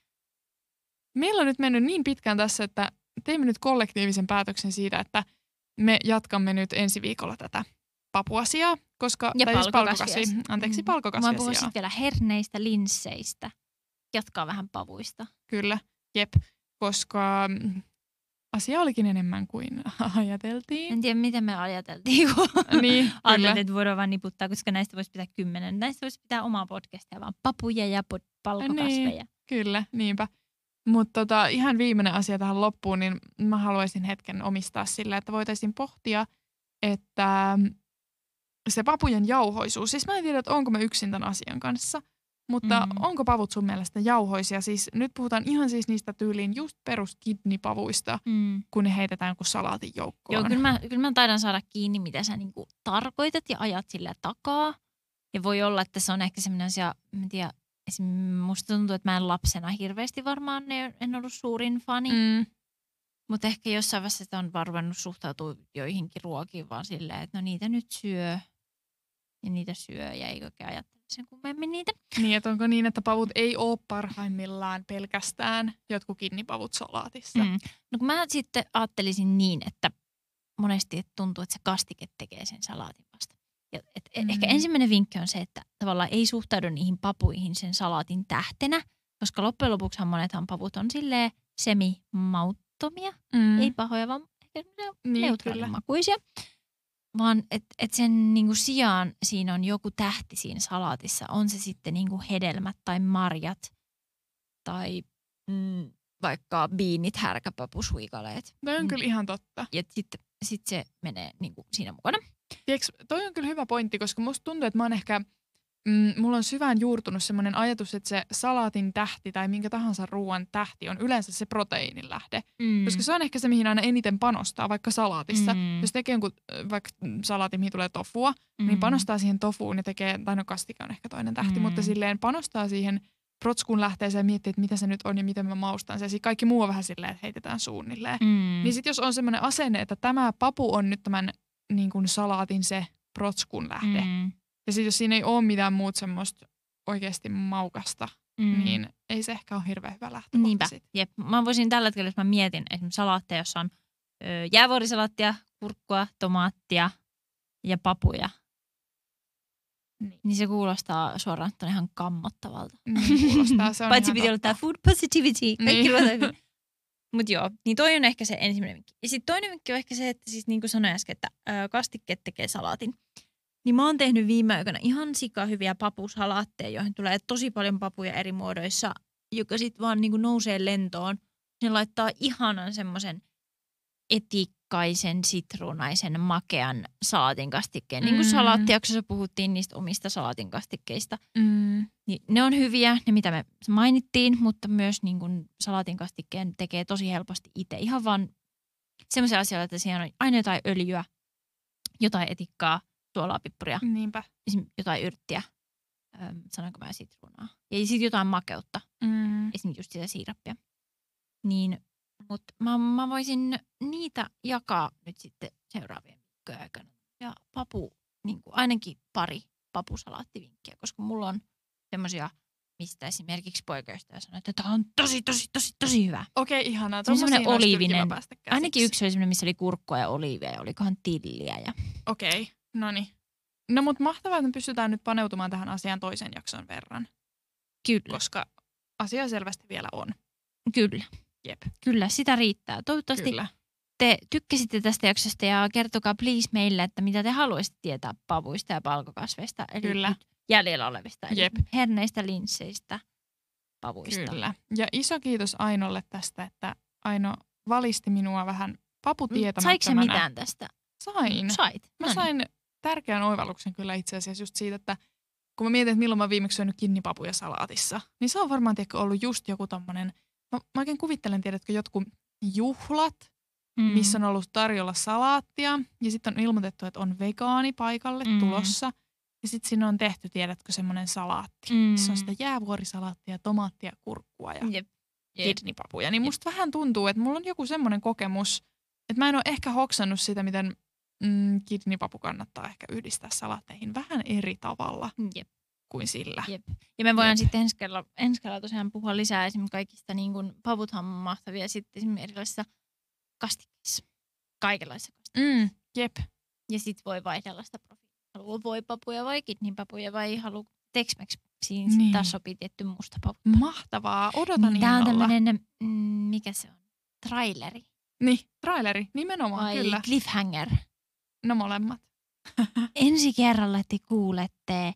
Meillä on nyt mennyt niin pitkään tässä, että teimme nyt kollektiivisen päätöksen siitä, että me jatkamme nyt ensi viikolla tätä papuasiaa, koska ja tai palkokasvi, anteeksi, mm. palkokasviasiaa. Mä puhun sitten vielä herneistä, linsseistä, jatkaa vähän pavuista. Kyllä, jep, koska asia olikin enemmän kuin ajateltiin. En tiedä, mitä me ajateltiin, kun niin, ajateltiin, että voidaan vaan niputtaa, koska näistä voisi pitää kymmenen. Näistä voisi pitää omaa podcastia, vaan papuja ja palkokasveja. Niin, kyllä, niinpä. Mutta tota, ihan viimeinen asia tähän loppuun, niin mä haluaisin hetken omistaa sillä, että voitaisiin pohtia, että se papujen jauhoisuus, siis mä en tiedä, että onko mä yksin tämän asian kanssa, mutta mm. onko pavut sun mielestä jauhoisia? Siis nyt puhutaan ihan siis niistä tyyliin just perus kidneypavuista, mm. kun ne heitetään kuin salaatin joukkoon. Joo, kyllä mä, kyllä mä taidan saada kiinni, mitä sä niinku tarkoitat ja ajat sillä takaa. Ja voi olla, että se on ehkä semmoinen asia, mä tiedä, musta tuntuu, että mä en lapsena hirveästi varmaan en ollut suurin fani. Mm. Mutta ehkä jossain vaiheessa on varvannut suhtautua joihinkin ruokiin vaan silleen, että no niitä nyt syö ja niitä syö ja ei oikein ajattele sen kummemmin niitä. Niin, että onko niin, että pavut ei ole parhaimmillaan pelkästään jotkut kidneypavut salaatissa? Mm. No kun mä sitten ajattelisin niin, että monesti että tuntuu, että se kastike tekee sen salaatin vasta. Ja et mm. Ehkä ensimmäinen vinkki on se, että tavallaan ei suhtaudu niihin papuihin sen salaatin tähtenä, koska loppujen lopuksihan monethan pavut on silleen semi-mauttomia, mm. ei pahoja, vaan ehkä niin, neutraalimakuisia. Vaan että et sen niinku sijaan siinä on joku tähti siinä salaatissa. On se sitten niinku hedelmät tai marjat tai mm, vaikka biinit, härkäpapusuikaleet. Toi on kyllä ihan totta. Ja sitten sit se menee niinku siinä mukana. Tiedätkö, toi on kyllä hyvä pointti, koska musta tuntuu, että mä oon ehkä, mm, mulla on syvään juurtunut semmoinen ajatus, että se salaatin tähti tai minkä tahansa ruoan tähti on yleensä se proteiinin lähde. Mm. Koska se on ehkä se, mihin aina eniten panostaa, vaikka salaatissa. Mm. Jos tekee jonkun, vaikka salaati, mihin tulee tofua, mm. niin panostaa siihen tofuun ja tekee, tai no kastike on ehkä toinen tähti, mm. mutta silleen panostaa siihen protskun lähteeseen ja miettii, että mitä se nyt on ja miten mä maustan sen. Kaikki muu on vähän silleen, että heitetään suunnilleen. Mm. Niin sit jos on semmoinen asenne, että tämä papu on nyt tämän niin kuin salaatin se protskun lähde. Mm. Ja sitten jos siinä ei ole mitään muuta semmoista oikeasti maukasta, mm. niin ei se ehkä ole hirveän hyvä lähtökohta. Niinpä, jep. Mä voisin tällä hetkellä, jos mä mietin esimerkiksi salaatteja, jossa on ö, jäävuorisalaattia, kurkkua, tomaattia ja papuja. Niin. niin se kuulostaa suoraan ihan kammottavalta. Niin kuulostaa, se on paitsi piti olla tämä food positivity. Niin. Mutta joo, niin toi on ehkä se ensimmäinen vinkki. Ja sitten toinen vinkki on ehkä se, että siis niin kuin sanoin äsken, että ö, kastikkeet tekee salaatin. Niin mä oon tehnyt viime aikoina ihan sika hyviä papusalaatteja, joihin tulee tosi paljon papuja eri muodoissa, joka sitten vaan niin kuin nousee lentoon. Ne laittaa ihanan semmoisen etikkaisen, sitruunaisen, makean salaatin kastikkeen. Mm. Niin kuin salaattijaksossa puhuttiin niistä omista salaatin kastikkeista. Mm. Niin ne on hyviä, ne mitä me mainittiin, mutta myös niin kuin salaatin kastikkeen tekee tosi helposti itse. Ihan vaan semmoisia asioita, että siinä on aina jotain öljyä, jotain etikkaa, suolaa, pippuria, niinpä. Jotain yrttiä, ähm, sanonko mä sitruunaa. Ja sitten jotain makeutta, mm. esimerkiksi just sitä siirappia. Niin, mutta mä, mä voisin niitä jakaa nyt sitten seuraavien viikkojen aikana. Ja papu, niin kuin ainakin pari papusalaattivinkkiä, koska mulla on semmoisia, mistä esimerkiksi poikaystävä sanoi, että tämä on tosi, tosi, tosi, tosi hyvä. Okei, okay, ihanaa. Se on semmoinen oliivinen. Ainakin yksi oli semmoinen, missä oli kurkkua ja oliivia ja olikohan tilliä. Ja... Okei, okay, no niin. No mutta mahtavaa, että me pystytään nyt paneutumaan tähän asiaan toisen jakson verran. Kyllä. Koska asia selvästi vielä on. Kyllä. Jep. Kyllä, sitä riittää. Toivottavasti Kyllä. te tykkäsitte tästä jaksosta ja kertokaa please meille, että mitä te haluaisitte tietää pavuista ja palkokasveista. Eli Kyllä. jäljellä olevista. Eli Jep. herneistä, linsseistä, pavuista. Kyllä. Ja iso kiitos Ainolle tästä, että Aino valisti minua vähän paputietämättömänä. Saiko se mitään tästä? Sain. Sait. Mä sain tärkeän oivalluksen kyllä itse asiassa just siitä, että kun mä mietin, että milloin mä viimeksi syönyt kidneypapuja salaatissa, niin se on varmaan tiedätkö, ollut just joku tommonen, mä, mä oikein kuvittelen, tiedätkö, jotkut juhlat, mm. missä on ollut tarjolla salaattia ja sitten on ilmoitettu, että on vegaani paikalle mm. tulossa ja sitten siinä on tehty, tiedätkö, semmoinen salaatti, mm. missä on sitä jäävuorisalaattia, tomaattia, kurkkua ja Jep. kidneypapuja. Niin musta Jep. vähän tuntuu, että mulla on joku semmoinen kokemus, että mä en ole ehkä hoksannut sitä, miten Mm, kidneypapu kannattaa ehkä yhdistää salaatteihin vähän eri tavalla Jep. kuin sillä. Jep. Ja me voidaan Jep. sitten ensi kerralla, ensi kerralla tosiaan puhua lisää esimerkiksi kaikista, niin kuin pavuthan mahtavia sitten esimerkiksi erilaisissa kastikkeissa. Kaikenlaisissa kastikkeissa. Mm, jep. Ja sitten voi vaihdella sitä profiilia. Haluaa voipapuja vai kidneypapuja vai haluaa Tex-Mex. Siinä niin. taas sopii tietty musta papu. Mahtavaa, odotan niin, innolla. Tämä on tämmöinen, mm, mikä se on, traileri. Niin, traileri, nimenomaan, vai kyllä. cliffhanger? No molemmat. Ensi kerralla te kuulette,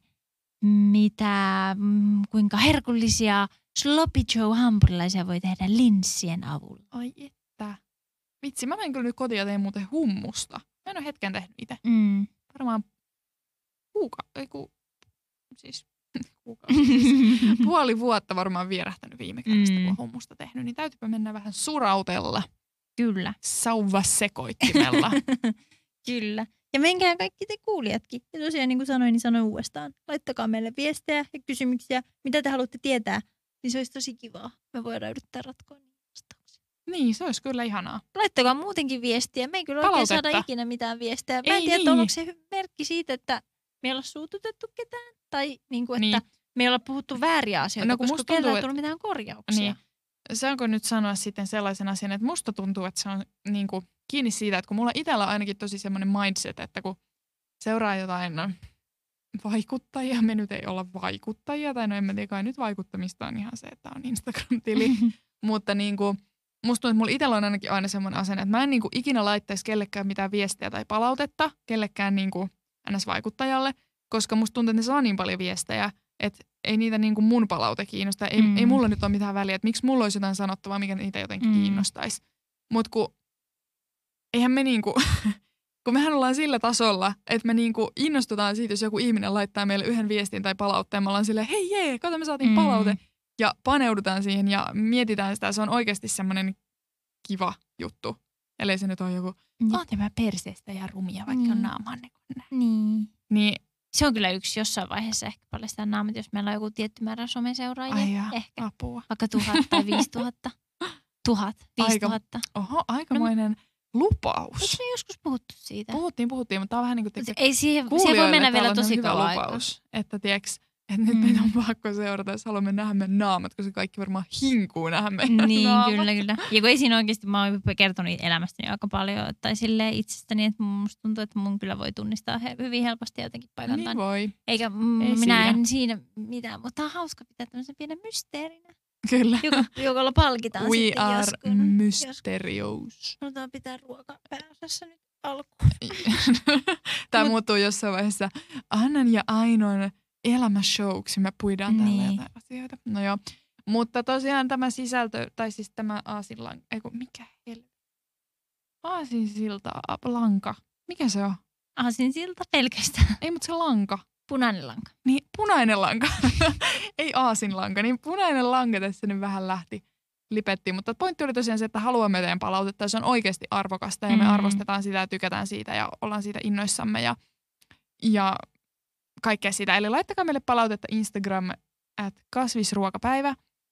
mitä, kuinka herkullisia sloppy joe hampurilaisia voi tehdä linssien avulla. Ai että. Vitsi, mä menen kyllä nyt kotiin ja teen muuten hummusta. Mä en ole hetken tehnyt itse. Mm. Varmaan kuuka, ei ku, siis, kuukausi, siis puoli vuotta varmaan vierähtänyt viime kerrasta, mm. kun on hummusta tehnyt. Niin täytyypä mennä vähän surautella. Kyllä. Sauvasekoittimella. Kyllä. Ja menkää kaikki te kuulijatkin. Ja tosiaan niin kuin sanoin, niin sanoin uudestaan. Laittakaa meille viestejä ja kysymyksiä, mitä te haluatte tietää. Niin se olisi tosi kivaa. Me voidaan yrittää ratkoa niitä vastauksia. Niin, se olisi kyllä ihanaa. Laittakaa muutenkin viestiä. Me ei kyllä oikein saada ikinä mitään viestejä. Mä en ei tiedä, niin. onko se merkki siitä, että me ei olla suututettu ketään. Tai niin kuin, että niin. me ei olla puhuttu vääriä asioita, no, koska kenellä ei tullut mitään korjauksia. Niin. Saanko nyt sanoa sitten sellaisen asian, että musta tuntuu, että se on niin kuin kiinni siitä, että kun mulla itsellä on ainakin tosi semmoinen mindset, että kun seuraa jotain vaikuttajia, me nyt ei olla vaikuttajia, tai no en mä tiedä, kai nyt vaikuttamista on ihan se, että on Instagram-tili, mutta niin kuin, musta tuntuu, että mulla itsellä on ainakin aina semmoinen asenne, että mä en niin kuin ikinä laittaisi kellekään mitään viestiä tai palautetta, kellekään niin kuin ns. Vaikuttajalle, koska musta tuntuu, että ne saa niin paljon viestejä, että ei niitä niin kuin mun palaute kiinnosta. Ei, mm. ei mulla nyt ole mitään väliä, että miksi mulla olisi jotain sanottavaa, mikä niitä jotenkin mm. kiinnostaisi. Mutta kun eihän me niinku, kun mehän ollaan sillä tasolla, että me niinku innostutaan siitä, jos joku ihminen laittaa meille yhden viestin tai palautteen. Me ollaan silleen, hei jee, kato me saatiin mm. palaute. Ja paneudutaan siihen ja mietitään sitä. Se on oikeasti semmoinen kiva juttu. Ellei se nyt ole joku, oot mä perseestä ja rumia, vaikka mm. on naamanne. Niin. Niin. Se on kyllä yksi jossain vaiheessa ehkä paljastaa naamat, jos meillä on joku tietty määrä someseuraajia. Ai ja, ehkä. Apua. Vaikka tuhat tai viisi tuhatta. Tuhat, viisi tuhatta. Oho, aikamoinen no, lupaus. Eikö me joskus puhuttu siitä? Puhuttiin, puhuttiin, mutta tämä on vähän niin kuin tekee ei siihen, siihen voi mennä vielä tosi kauan lupaus, että tiiäks, että nyt mm. meitä on pakko seurata, jos haluamme nähdä meidän naamat, koska kaikki varmaan hinkuu nähdä meidän niin, naamat. Niin, kyllä, kyllä. Ja kun ei siinä oikeasti, mä oon kertonut elämästäni aika paljon, tai silleen itsestäni, että musta tuntuu, että mun kyllä voi tunnistaa he, hyvin helposti jotenkin paikantaan. Niin voi. Eikä mm, ei minä siinä. en siinä mitään, mutta on hauska pitää tämmöisen pienen mysteerinä. Kyllä. Joka, jokalla palkitaan We sitten are joskus. mysterious. Halutaan pitää ruoka pääosassa nyt alkuun. Tämä Mut, muuttuu jossain vaiheessa Annan ja Ainon elämäshowksi. Me puidaan niin. tällä jotain asioita. No joo. Mutta tosiaan tämä sisältö, tai siis tämä aasinlanka, eiku mikä helvetti. Aasinsilta, lanka. Mikä se on? Aasinsilta pelkästään. Ei, mutta se lanka. Punainen lanka. Niin, punainen lanka. Ei aasinlanka. Niin punainen lanka tässä nyt vähän lähti lipettiin. Mutta pointti oli tosiaan se, että haluamme teidän palautetta. Ja se on oikeasti arvokasta ja me mm. arvostetaan sitä ja tykätään siitä ja ollaan siitä innoissamme ja, ja kaikkea sitä. Eli laittakaa meille palautetta Instagram at kasvisruokapäivä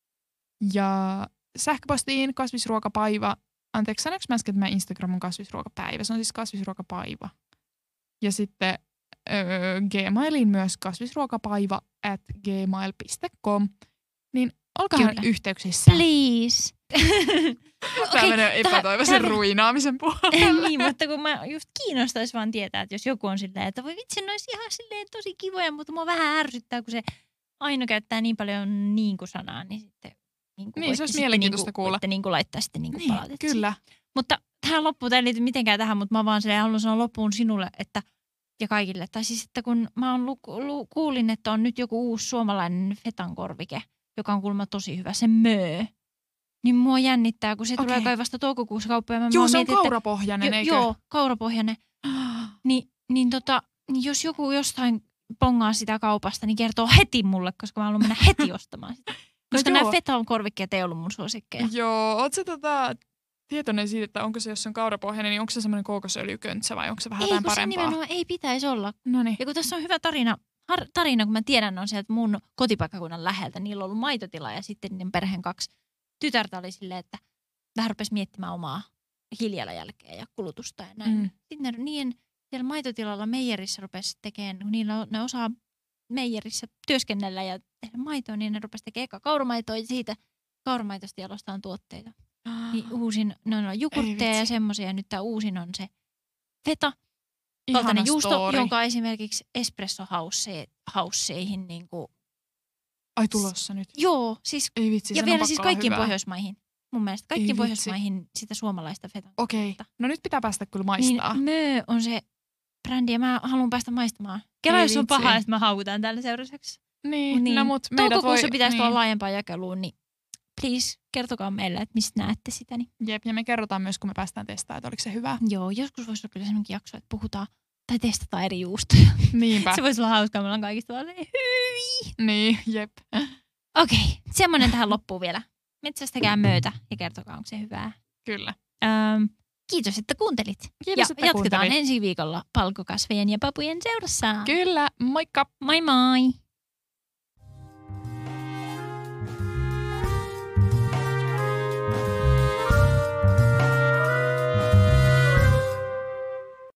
ja sähköpostiin kasvisruokapäivä. Anteeksi, sanoinko mä äsken, että meidän Instagram on kasvisruokapäivä? Se on siis kasvisruokapäivä. Ja sitten Öö, Gmailiin myös kasvisruokapaiva at gmail piste com. Niin olkahan Kyllä. yhteyksissä. Please. Tämä okay, menee epätoivoisen täh, ruinaamisen puolelle. Niin, mutta kun mä just kiinnostaisi vaan tietää, että jos joku on silleen, että voi vitsi, ne olisi ihan silleen tosi kivoja, mutta mua vähän ärsyttää, kun se Aino käyttää niin paljon niin kuin sanaa, niin sitten niin, niin se olisi mielenkiintoista niin kuulla. Voitte niin kuin laittaa sitten niin kuin niin, palautetta. Kyllä. Mutta tähän loppuun, tämä ei liity mitenkään tähän, mutta mä vaan silleen haluan sanoa loppuun sinulle, että ja kaikille. Tai siis, että kun mä oon lu- lu- kuulin, että on nyt joku uusi suomalainen fetankorvike, joka on kuulemma tosi hyvä, se möö. Niin mua jännittää, kun se okay. tulee kai vasta toukokuussa kauppoja. Mä joo, se on mietin, kaurapohjainen, jo, eikö? Joo, kaurapohjainen. Ni, niin tota, niin jos joku jostain pongaa sitä kaupasta, niin kertoo heti mulle, koska mä haluan mennä heti ostamaan sitä. Koska no nämä fetankorvikkeet ei ollut mun suosikkeja. Joo, oot sä tota... tietoinen siitä, että onko se, jos se on kaurapohjainen, niin onko se semmoinen kookosöljyköntsä vai onko se vähän ei, jotain parempaa? Ei, kun se nimenomaan ei pitäisi olla. Noniin. Ja kun tässä on hyvä tarina, har, tarina, kun mä tiedän, on se, että mun kotipaikkakunnan läheltä niillä on ollut maitotila ja sitten niiden perheen kaksi tytärtä oli silleen, että vähän rupesi miettimään omaa hiilijalanjälkeä ja kulutusta ja näin. Mm. Sitten ne, niin siellä maitotilalla meijerissä rupesi tekemään, kun niillä ne osaa meijerissä työskennellä ja tehdä maitoa, niin ne rupesi tekemään eka kauramaitoa ja siitä kauramaitosta jalostaan tuotteita. Niin uusin, ne on jogurtteja ja semmoisia. Nyt tämä uusin on se feta. Kaltainen juusto, story. Jonka esimerkiksi espresso-hausseihin niin kuin... Ai tulossa nyt? Joo, siis... Ei vitsi, ja vielä siis kaikkiin Pohjoismaihin. Mun mielestä kaikki Pohjoismaihin sitä suomalaista fetan. Okei, okay. No nyt pitää päästä kyllä maistaa. Niin Mö on se brändi ja mä haluan päästä maistamaan. Kela, jos on paha, että mä haukutaan tällä seuraiseksi. Niin, niin. No mut meidät toukokuussa voi... pitäisi niin. tulla laajempaan jakeluun, niin please, kertokaa meille, että mistä näette sitä. Niin. Jep, ja me kerrotaan myös, kun me päästään testaamaan, että oliko se hyvä. Joo, joskus voisi olla kyllä sellainenkin jakso, että puhutaan tai testataan eri juustoja. Niinpä. Se voisi olla hauskaa, me ollaan kaikista vaan hyi. Niin, jep. Okei, okay, semmoinen tähän loppuun vielä. Metsästäkää möötä ja kertokaa, onko se hyvää. Kyllä. Öm, kiitos, että kuuntelit. Kiitos, ja että jatketaan kuuntelit. ensi viikolla palkokasvejen ja papujen seurassa. Kyllä, moikka! Moi moi!